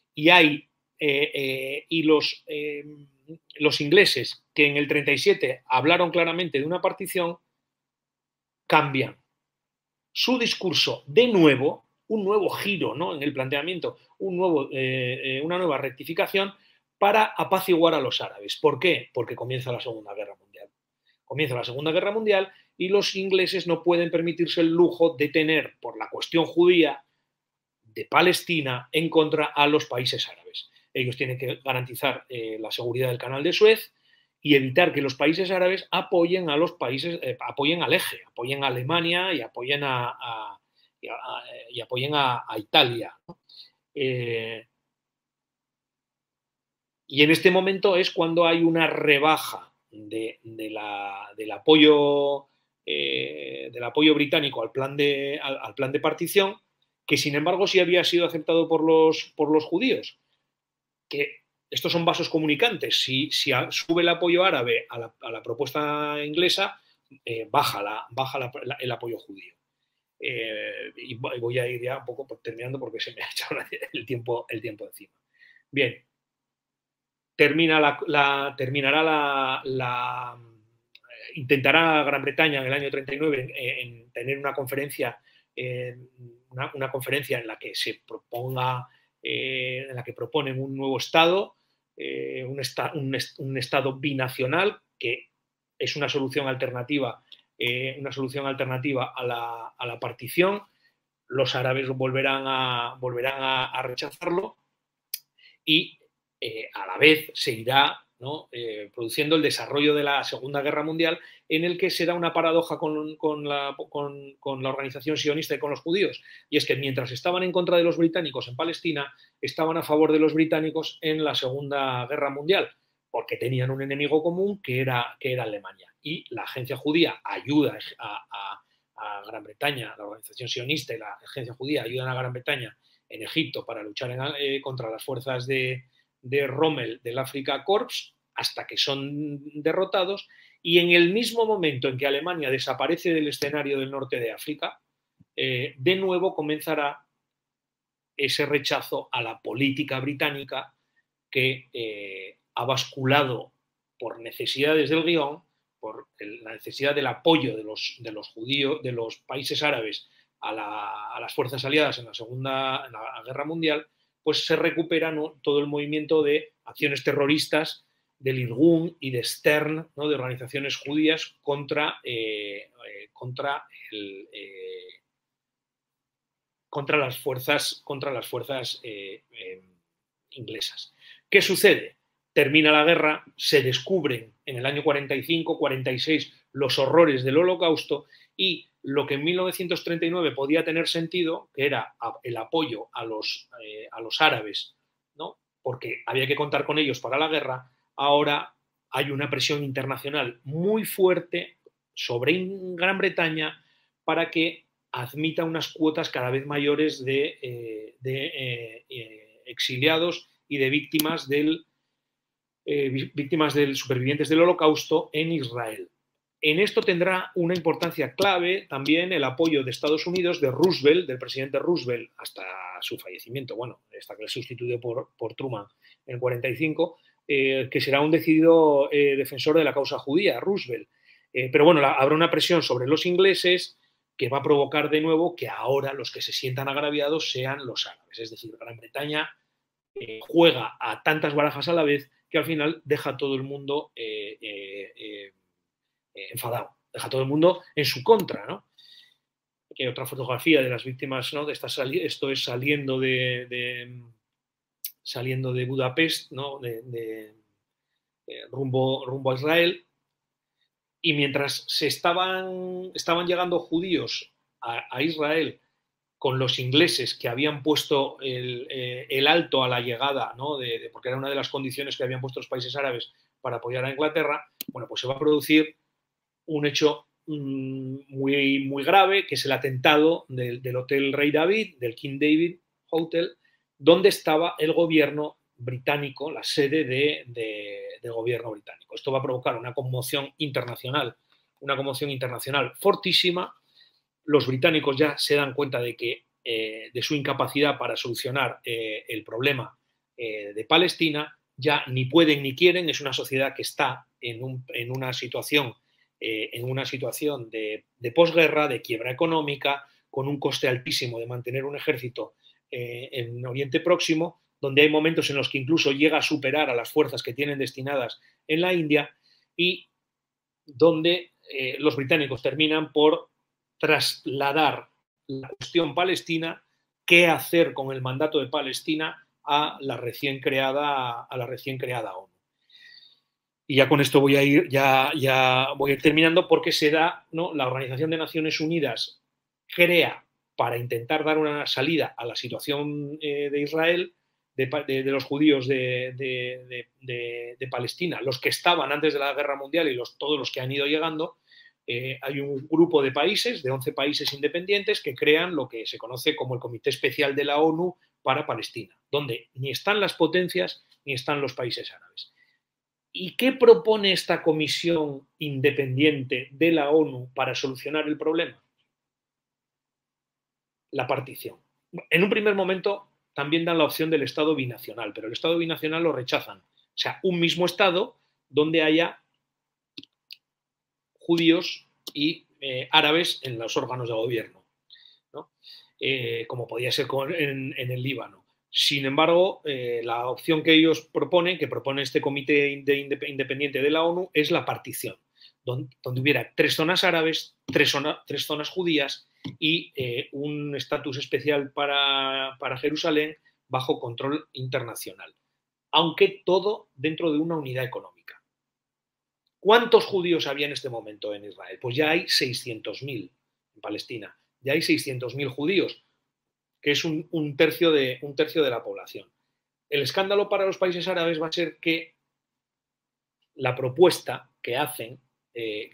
y los ingleses que en el 37 hablaron claramente de una partición, cambian su discurso de nuevo, un nuevo giro, ¿no?, en el planteamiento, una nueva rectificación para apaciguar a los árabes. ¿Por qué? Porque comienza la Segunda Guerra Mundial. Comienza la Segunda Guerra Mundial y los ingleses no pueden permitirse el lujo de tener, por la cuestión judía de Palestina, en contra a los países árabes. Ellos tienen que garantizar la seguridad del Canal de Suez y evitar que los países árabes apoyen a los países, apoyen al eje, apoyen a Alemania y apoyen a Italia, ¿no? Y en este momento es cuando hay una rebaja del apoyo británico al plan de partición, que sin embargo sí había sido aceptado por los judíos. Que estos son vasos comunicantes. Si sube el apoyo árabe a la propuesta inglesa, baja el apoyo judío. Y voy a ir ya un poco terminando porque se me ha echado el tiempo encima. Bien. Intentará Gran Bretaña en el año 39 en tener una conferencia en la que se proponga, en la que proponen un nuevo Estado, un Estado binacional, que es una solución alternativa a la partición. Los árabes volverán a rechazarlo y a la vez se irá, ¿no?, produciendo el desarrollo de la Segunda Guerra Mundial, en el que se da una paradoja con la organización sionista y con los judíos, y es que mientras estaban en contra de los británicos en Palestina, estaban a favor de los británicos en la Segunda Guerra Mundial, porque tenían un enemigo común que era Alemania, y la agencia judía ayuda a Gran Bretaña, la organización sionista y la agencia judía ayudan a Gran Bretaña en Egipto para luchar contra las fuerzas de Rommel del Afrika Korps, hasta que son derrotados, y en el mismo momento en que Alemania desaparece del escenario del norte de África, de nuevo comenzará ese rechazo a la política británica que ha basculado por necesidades del guión, por la necesidad del apoyo de los judíos, de los países árabes a las fuerzas aliadas en la Guerra Mundial, pues se recupera, ¿no?, todo el movimiento de acciones terroristas del Irgun y de Stern, ¿no?, de organizaciones judías contra las fuerzas inglesas. ¿Qué sucede? Termina la guerra, se descubren en el año 45-46 los horrores del Holocausto, y lo que en 1939 podía tener sentido, que era el apoyo a los árabes, ¿no?, porque había que contar con ellos para la guerra, ahora hay una presión internacional muy fuerte sobre Gran Bretaña para que admita unas cuotas cada vez mayores de exiliados y de víctimas del supervivientes del Holocausto en Israel. En esto tendrá una importancia clave también el apoyo de Estados Unidos, de Roosevelt, del presidente Roosevelt, hasta su fallecimiento, bueno, hasta que le sustituyó por Truman en el 45, que será un decidido defensor de la causa judía, Roosevelt. Pero bueno, habrá una presión sobre los ingleses que va a provocar de nuevo que ahora los que se sientan agraviados sean los árabes. Es decir, Gran Bretaña juega a tantas barajas a la vez que al final deja a todo el mundo enfadado, deja a todo el mundo en su contra, ¿no? Aquí hay otra fotografía de las víctimas, ¿no?, esto es saliendo de saliendo de Budapest, ¿no? Rumbo a Israel, y mientras estaban llegando judíos a Israel con los ingleses que habían puesto el alto a la llegada, ¿no? Porque era una de las condiciones que habían puesto los países árabes para apoyar a Inglaterra, bueno, pues se va a producir un hecho muy, muy grave, que es el atentado del Hotel Rey David, del King David Hotel, donde estaba el gobierno británico, la sede del gobierno británico. Esto va a provocar una conmoción internacional fortísima. Los británicos ya se dan cuenta de su incapacidad para solucionar el problema de Palestina, ya ni pueden ni quieren. Es una sociedad que está en una situación de posguerra, de quiebra económica, con un coste altísimo de mantener un ejército en Oriente Próximo, donde hay momentos en los que incluso llega a superar a las fuerzas que tienen destinadas en la India, y donde los británicos terminan por trasladar la cuestión palestina, qué hacer con el mandato de Palestina, a la recién creada ONU. Y ya con esto voy a ir terminando, porque se da, ¿no? La Organización de Naciones Unidas crea para intentar dar una salida a la situación de Israel, de los judíos de Palestina, los que estaban antes de la Guerra Mundial y todos los que han ido llegando. Hay un grupo de países, de 11 países independientes, que crean lo que se conoce como el Comité Especial de la ONU para Palestina, donde ni están las potencias ni están los países árabes. ¿Y qué propone esta comisión independiente de la ONU para solucionar el problema? La partición. En un primer momento también dan la opción del Estado binacional, pero el Estado binacional lo rechazan. O sea, un mismo Estado donde haya judíos y árabes en los órganos de gobierno, ¿no? Como podía ser en el Líbano. Sin embargo, la opción que ellos proponen, que propone este comité independiente de la ONU, es la partición, donde hubiera 3 zonas árabes, 3 zonas judías y un estatus especial para Jerusalén bajo control internacional, aunque todo dentro de una unidad económica. ¿Cuántos judíos había en este momento en Israel? Pues ya hay 600.000 en Palestina, ya hay 600.000 judíos, que es un tercio de la población. El escándalo para los países árabes va a ser que la propuesta que hacen, que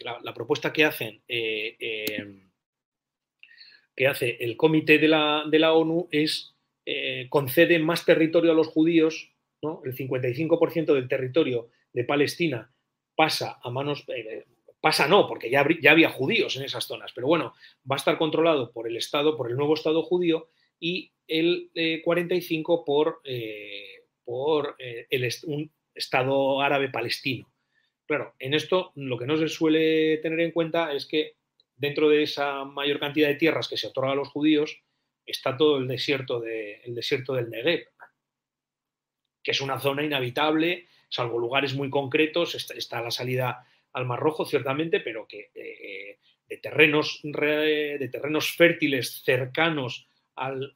hace el comité de la ONU es concede más territorio a los judíos, ¿no? El 55% del territorio de Palestina pasa a manos... pasa no, porque ya había judíos en esas zonas, pero bueno, va a estar controlado por el Estado, por el nuevo Estado judío, y el 45% por un Estado árabe palestino. Claro, en esto lo que no se suele tener en cuenta es que dentro de esa mayor cantidad de tierras que se otorga a los judíos está todo el desierto del Negev, que es una zona inhabitable, salvo lugares muy concretos. Está la salida al Mar Rojo, ciertamente, pero que de terrenos fértiles cercanos al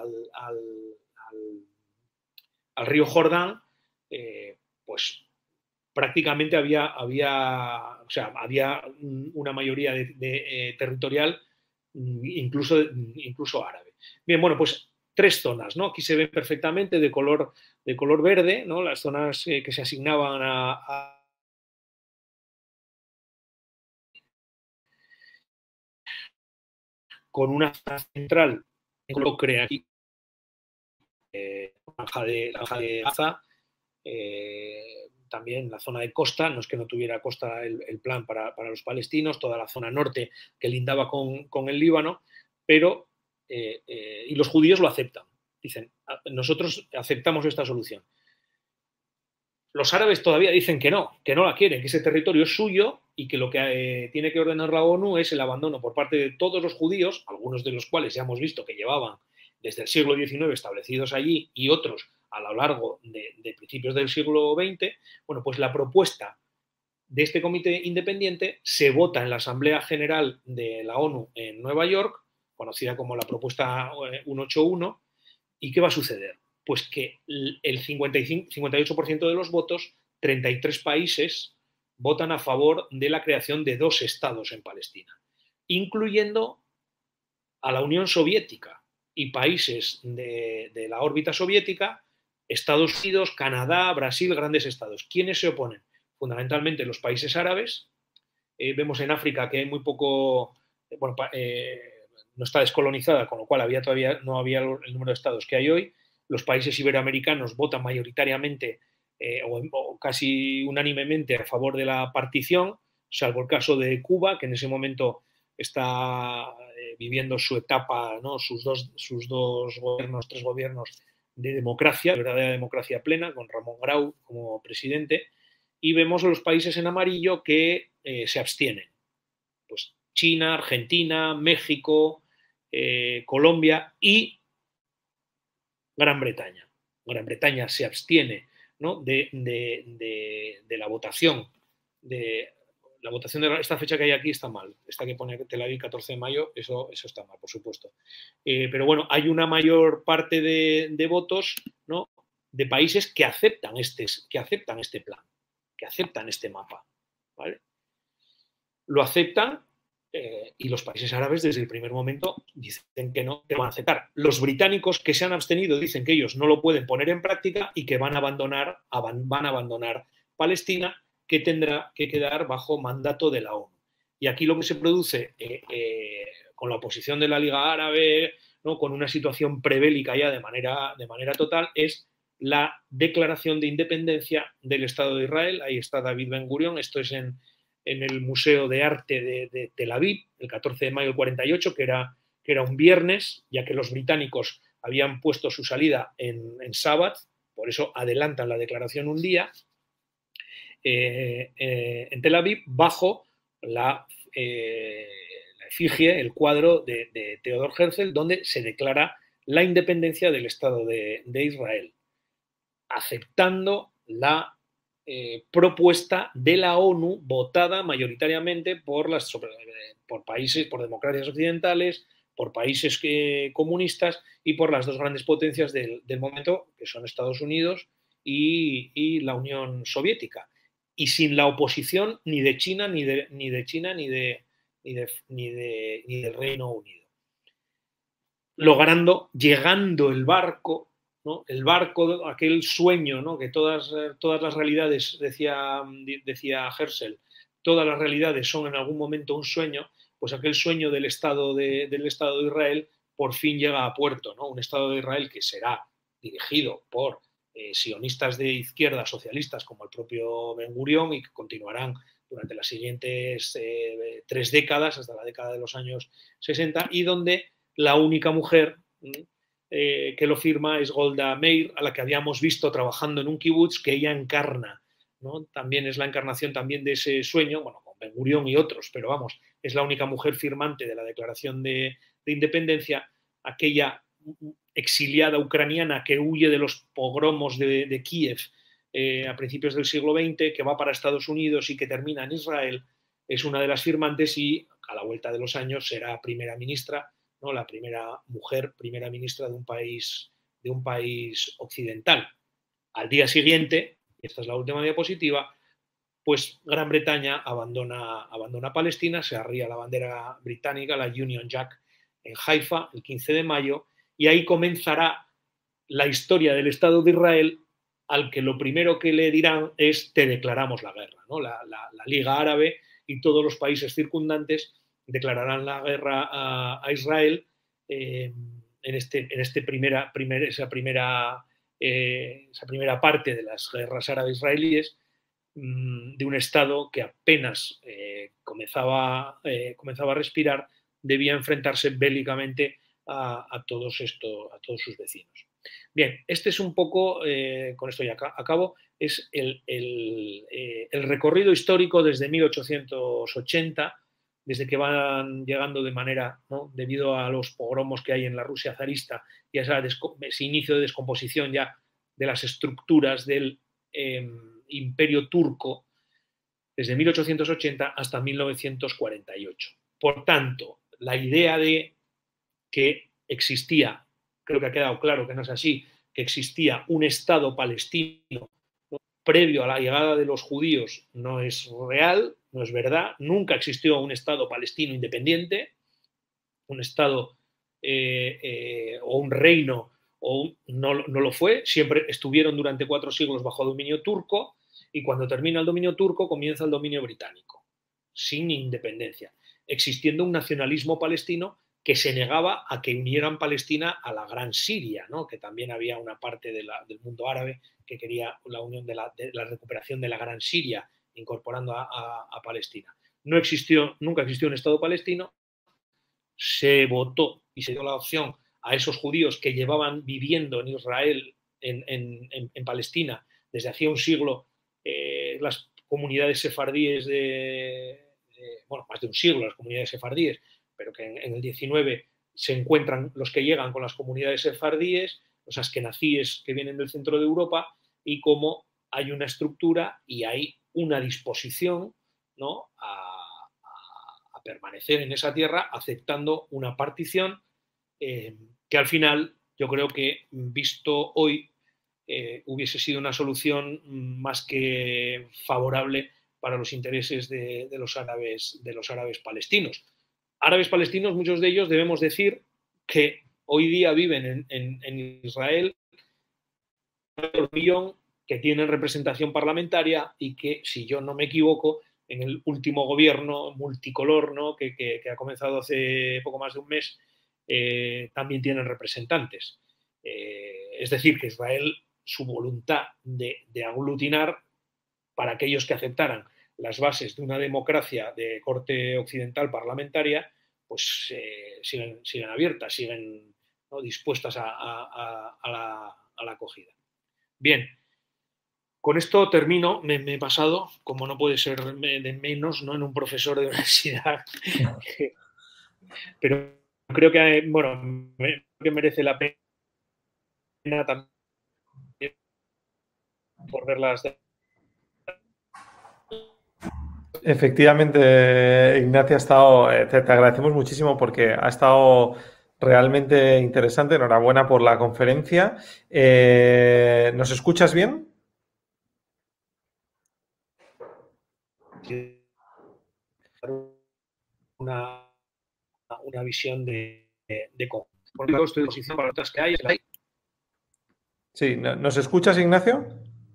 río Jordán, pues prácticamente había una mayoría territorial, incluso árabe. Bien, bueno, pues 3 zonas, ¿no? Aquí se ven perfectamente de color verde, ¿no? Las zonas que se asignaban con una zona central, lo crea aquí, la franja de Gaza, también la zona de costa, no es que no tuviera costa el plan para los palestinos, toda la zona norte que lindaba con el Líbano, pero y los judíos lo aceptan, dicen, nosotros aceptamos esta solución. Los árabes todavía dicen que no la quieren, que ese territorio es suyo y que lo que tiene que ordenar la ONU es el abandono por parte de todos los judíos, algunos de los cuales ya hemos visto que llevaban desde el siglo XIX establecidos allí y otros a lo largo de principios del siglo XX. Bueno, pues la propuesta de este comité independiente se vota en la Asamblea General de la ONU en Nueva York, conocida como la propuesta 181, ¿y qué va a suceder? Pues que el 58% de los votos, 33 países, votan a favor de la creación de 2 estados en Palestina, incluyendo a la Unión Soviética y países de la órbita soviética, Estados Unidos, Canadá, Brasil, grandes estados. ¿Quiénes se oponen? Fundamentalmente los países árabes. Vemos en África que hay muy poco, bueno, no está descolonizada, con lo cual no había el número de estados que hay hoy. Los países iberoamericanos votan mayoritariamente o casi unánimemente a favor de la partición, salvo el caso de Cuba, que en ese momento está viviendo su etapa, ¿no? sus dos gobiernos, 3 gobiernos de democracia, de verdadera democracia plena, con Ramón Grau como presidente, y vemos a los países en amarillo que se abstienen. Pues China, Argentina, México, Colombia y Gran Bretaña. Gran Bretaña se abstiene, ¿no? de la votación la votación de esta fecha que hay aquí está mal. Esta que pone Tel Aviv 14 de mayo, eso está mal, por supuesto. Pero bueno, hay una mayor parte de votos, ¿no? de países que aceptan este plan, que aceptan este mapa. ¿Vale? Lo aceptan y los países árabes desde el primer momento dicen que no, que van a aceptar. Los británicos que se han abstenido dicen que ellos no lo pueden poner en práctica y que van a abandonar Palestina, que tendrá que quedar bajo mandato de la ONU. Y aquí lo que se produce con la oposición de la Liga Árabe, ¿no? con una situación prebélica ya de manera total, es la declaración de independencia del Estado de Israel. Ahí está David Ben Gurión, esto es en el Museo de Arte de Tel Aviv, el 14 de mayo del 48, que era un viernes, ya que los británicos habían puesto su salida en sábado, por eso adelantan la declaración un día, en Tel Aviv, bajo la efigie, el cuadro de Theodor Herzl, donde se declara la independencia del Estado de Israel, aceptando la propuesta de la ONU votada mayoritariamente por países, por democracias occidentales, por países comunistas y por las 2 grandes potencias del momento, que son Estados Unidos y la Unión Soviética. Y sin la oposición ni de China, ni del Reino Unido. Llegando el barco, ¿no? El barco, aquel sueño, ¿no? que todas las realidades, decía Herzl, todas las realidades son en algún momento un sueño, pues aquel sueño del Estado de Israel por fin llega a puerto, ¿no? Un Estado de Israel que será dirigido por sionistas de izquierda, socialistas, como el propio Ben Gurión, y que continuarán durante las siguientes 3 décadas, hasta la década de los años 60, y donde la única mujer que lo firma es Golda Meir, a la que habíamos visto trabajando en un kibutz, que ella encarna, ¿no? También es la encarnación también de ese sueño, bueno, con Ben Gurión y otros, pero vamos, es la única mujer firmante de la Declaración de Independencia, aquella exiliada ucraniana que huye de los pogromos de Kiev a principios del siglo XX, que va para Estados Unidos y que termina en Israel, es una de las firmantes y a la vuelta de los años será primera ministra, ¿no? La primera mujer primera ministra de un país occidental. Al día siguiente, y esta es la última diapositiva, pues Gran Bretaña abandona Palestina, se arría la bandera británica, la Union Jack, en Haifa el 15 de mayo, y ahí comenzará la historia del Estado de Israel, al que lo primero que le dirán es te declaramos la guerra, ¿no? La Liga Árabe y todos los países circundantes declararán la guerra a Israel esa primera parte de las guerras árabe-israelíes, de un Estado que apenas comenzaba a respirar, debía enfrentarse bélicamente a todos sus vecinos. Bien, este es un poco, con esto ya acabo, es el recorrido histórico desde 1880, desde que van llegando de manera, ¿no? debido a los pogromos que hay en la Rusia zarista y a ese inicio de descomposición ya de las estructuras del Imperio Turco, desde 1880 hasta 1948. Por tanto, la idea de que existía, creo que ha quedado claro que no es así, que existía un Estado palestino previo a la llegada de los judíos no es real, no es verdad. Nunca existió un Estado palestino independiente, un Estado o un reino, no lo fue. Siempre estuvieron durante 4 siglos bajo dominio turco, y cuando termina el dominio turco comienza el dominio británico, sin independencia, existiendo un nacionalismo palestino que se negaba a que unieran Palestina a la Gran Siria, ¿no? Que también había una parte del mundo árabe que quería la unión de la recuperación de la Gran Siria, incorporando a Palestina. Nunca existió un Estado palestino. Se votó y se dio la opción a esos judíos que llevaban viviendo en Israel, en Palestina, desde hacía un siglo, las comunidades sefardíes bueno, más de un siglo, las comunidades sefardíes, pero que en el 19 se encuentran los que llegan con las comunidades sefardíes, los askenazíes que vienen del centro de Europa, y cómo hay una estructura y hay una disposición, ¿no?, a permanecer en esa tierra aceptando una partición que al final yo creo que, visto hoy, hubiese sido una solución más que favorable para los intereses de los árabes palestinos. Árabes palestinos, muchos de ellos, debemos decir, que hoy día viven en Israel, un millón, que tienen representación parlamentaria y que, si yo no me equivoco, en el último gobierno multicolor, ¿no?, que ha comenzado hace poco más de un mes, también tienen representantes. Es decir, que Israel, su voluntad de aglutinar para aquellos que aceptaran las bases de una democracia de corte occidental parlamentaria, pues siguen abiertas, siguen, ¿no?, dispuestas a la acogida. Bien, con esto termino. Me he pasado, como no puede ser de menos, ¿no?, en un profesor de universidad, pero creo que, bueno, que merece la pena también por verlas.
Efectivamente, Ignacio, te agradecemos muchísimo porque ha estado realmente interesante. Enhorabuena por la conferencia. ¿Nos escuchas bien?
Una visión de cómo. Por lo tanto, estoy a disposición para otras que hay.
Sí, ¿nos escuchas, Ignacio?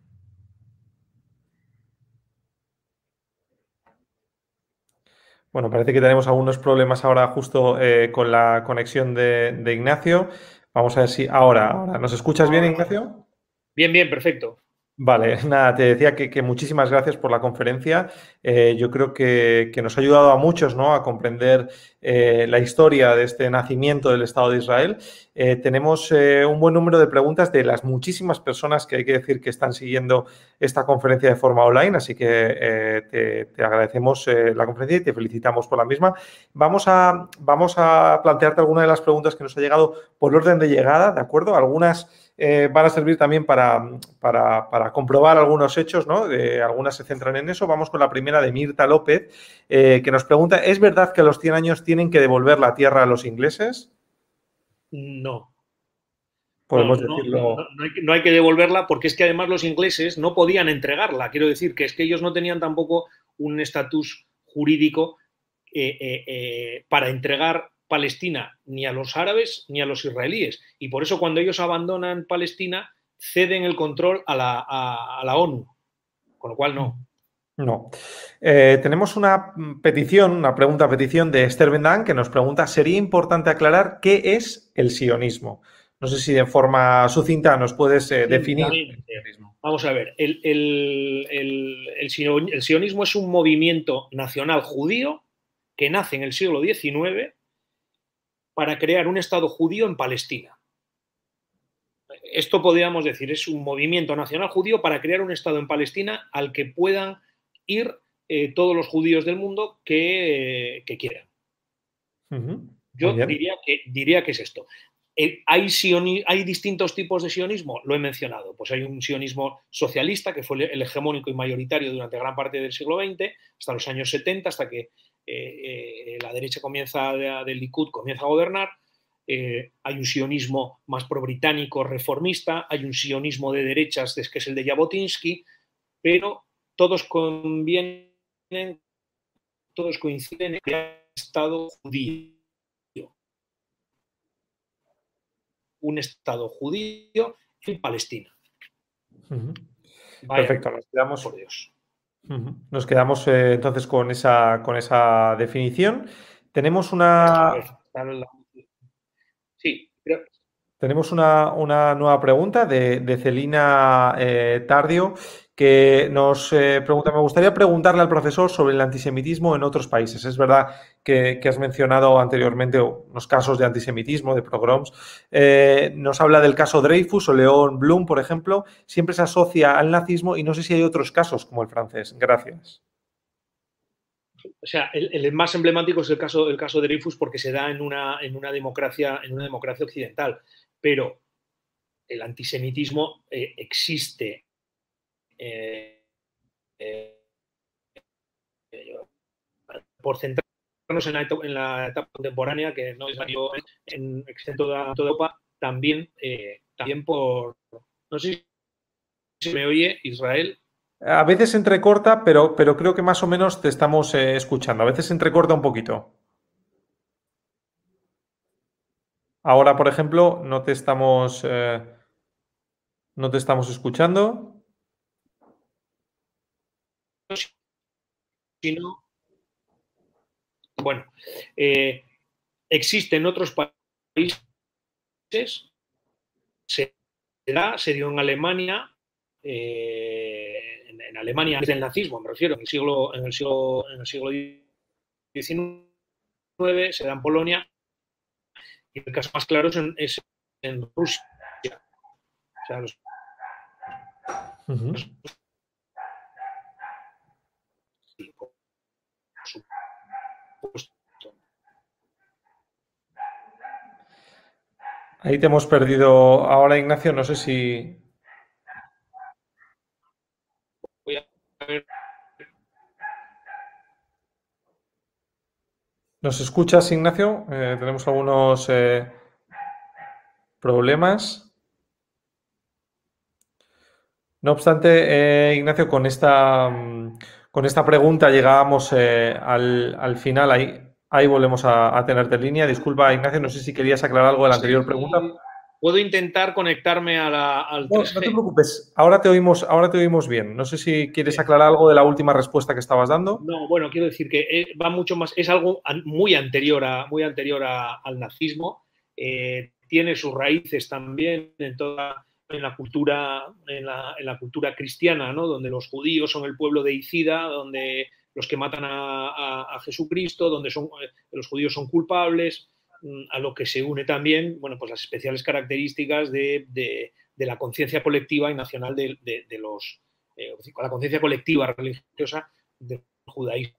Bueno, parece que tenemos algunos problemas ahora justo con la conexión de Ignacio. Vamos a ver si ahora. ¿Nos escuchas bien, Ignacio?
Bien, bien, perfecto.
Vale, nada, te decía que muchísimas gracias por la conferencia. Yo creo que nos ha ayudado a muchos, ¿no?, a comprender la historia de este nacimiento del Estado de Israel. Tenemos un buen número de preguntas de las muchísimas personas que hay que decir que están siguiendo esta conferencia de forma online, así que te agradecemos la conferencia y te felicitamos por la misma. Vamos a plantearte algunas de las preguntas que nos ha llegado por orden de llegada, ¿de acuerdo? Algunas van a servir también para comprobar algunos hechos, ¿no? Algunas se centran en eso. Vamos con la primera, de Mirta López, que nos pregunta: ¿es verdad que a los 100 años tienen que devolver la tierra a los ingleses?
No.
Podemos decirlo.
No hay que devolverla, porque es que además los ingleses no podían entregarla. Quiero decir que es que ellos no tenían tampoco un estatus jurídico para entregar Palestina ni a los árabes ni a los israelíes. Y por eso, cuando ellos abandonan Palestina, ceden el control a la ONU. Con lo cual, no.
No. Tenemos una pregunta-petición de Esther Bendan, que nos pregunta: ¿sería importante aclarar qué es el sionismo? No sé si de forma sucinta nos puedes definir el sionismo.
Vamos a ver. El sionismo es un movimiento nacional judío que nace en el siglo XIX para crear un Estado judío en Palestina. Esto podríamos decir, es un movimiento nacional judío para crear un Estado en Palestina al que puedan ir todos los judíos del mundo que quieran. Yo diría que es esto. ¿Hay distintos tipos de sionismo? Lo he mencionado. Pues hay un sionismo socialista, que fue el hegemónico y mayoritario durante gran parte del siglo XX, hasta los años 70, hasta que la derecha del Likud comienza a gobernar. hay un sionismo más pro-británico reformista, hay un sionismo de derechas que es el de Jabotinsky, pero todos coinciden en que hay un Estado judío. Un Estado judío en Palestina.
Vaya, perfecto, nos quedamos, por Dios. Nos quedamos entonces con esa definición. Tenemos una...
Sí, pero...
Tenemos una nueva pregunta de Celina Tardio, que nos pregunta: me gustaría preguntarle al profesor sobre el antisemitismo en otros países. Es verdad que has mencionado anteriormente unos casos de antisemitismo, de pogroms. Nos habla del caso Dreyfus o León Blum, por ejemplo. Siempre se asocia al nazismo y no sé si hay otros casos como el francés. Gracias.
O sea, el más emblemático es el caso de Dreyfus, porque se da en una democracia occidental. Pero el antisemitismo existe por centrarnos en la etapa contemporánea, que no es en toda Europa, también por... No sé si me oye, Israel.
A veces se entrecorta, pero creo que más o menos te estamos escuchando. A veces se entrecorta un poquito. Ahora, por ejemplo, no te estamos escuchando.
Sino, bueno, existen otros países, se dio en Alemania, en Alemania antes del nazismo, me refiero, en el siglo XIX, se da en Polonia, y el caso más claro es en Rusia. O sea,
Ahí te hemos perdido ahora, Ignacio, no sé si...
Voy a ver.
¿Nos escuchas, Ignacio? Tenemos algunos problemas. No obstante, Ignacio, con esta pregunta llegábamos al final. Ahí volvemos a tenerte en línea. Disculpa, Ignacio, no sé si querías aclarar algo de la anterior pregunta.
Puedo intentar conectarme al 3G.
No te preocupes, ahora te oímos bien. No sé si quieres aclarar algo de la última respuesta que estabas dando.
No, bueno, quiero decir que va mucho más, es algo muy anterior al nazismo. Tiene sus raíces también en la cultura cristiana, ¿no? Donde los judíos son el pueblo deicida, donde los que matan a Jesucristo, donde los judíos son culpables, a lo que se une también, bueno, pues las especiales características de la conciencia colectiva y nacional la conciencia colectiva religiosa del judaísmo.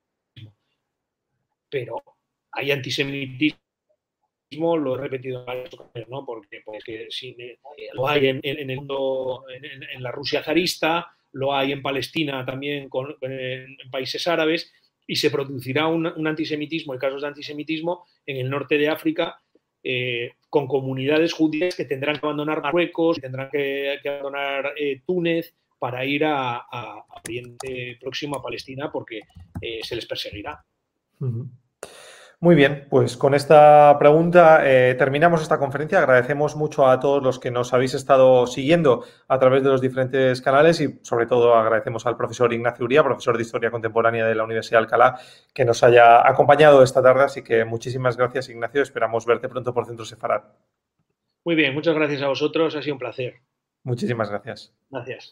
Pero hay antisemitismo, lo he repetido en varias ocasiones, ¿no? Porque lo hay en el mundo, en la Rusia zarista, lo hay en Palestina también, en países árabes, y se producirá un antisemitismo, y casos de antisemitismo en el norte de África, con comunidades judías que tendrán que abandonar Marruecos, que tendrán que abandonar Túnez para ir a Oriente Próximo, a Palestina, porque se les perseguirá.
Muy bien, pues con esta pregunta terminamos esta conferencia. Agradecemos mucho a todos los que nos habéis estado siguiendo a través de los diferentes canales y sobre todo agradecemos al profesor Ignacio Uría, profesor de Historia Contemporánea de la Universidad de Alcalá, que nos haya acompañado esta tarde. Así que muchísimas gracias, Ignacio. Esperamos verte pronto por Centro Sefarad.
Muy bien, muchas gracias a vosotros. Ha sido un placer.
Muchísimas gracias.
Gracias.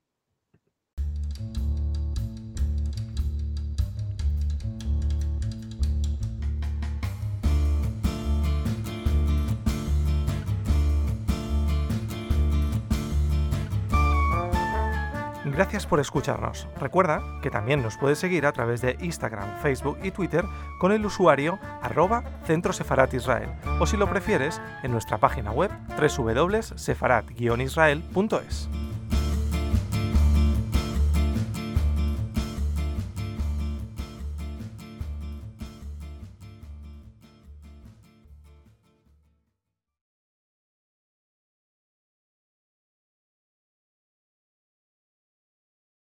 Gracias por escucharnos. Recuerda que también nos puedes seguir a través de Instagram, Facebook y Twitter con el usuario @Centro Sefarad Israel, o si lo prefieres, en nuestra página web www.sefarad-israel.es.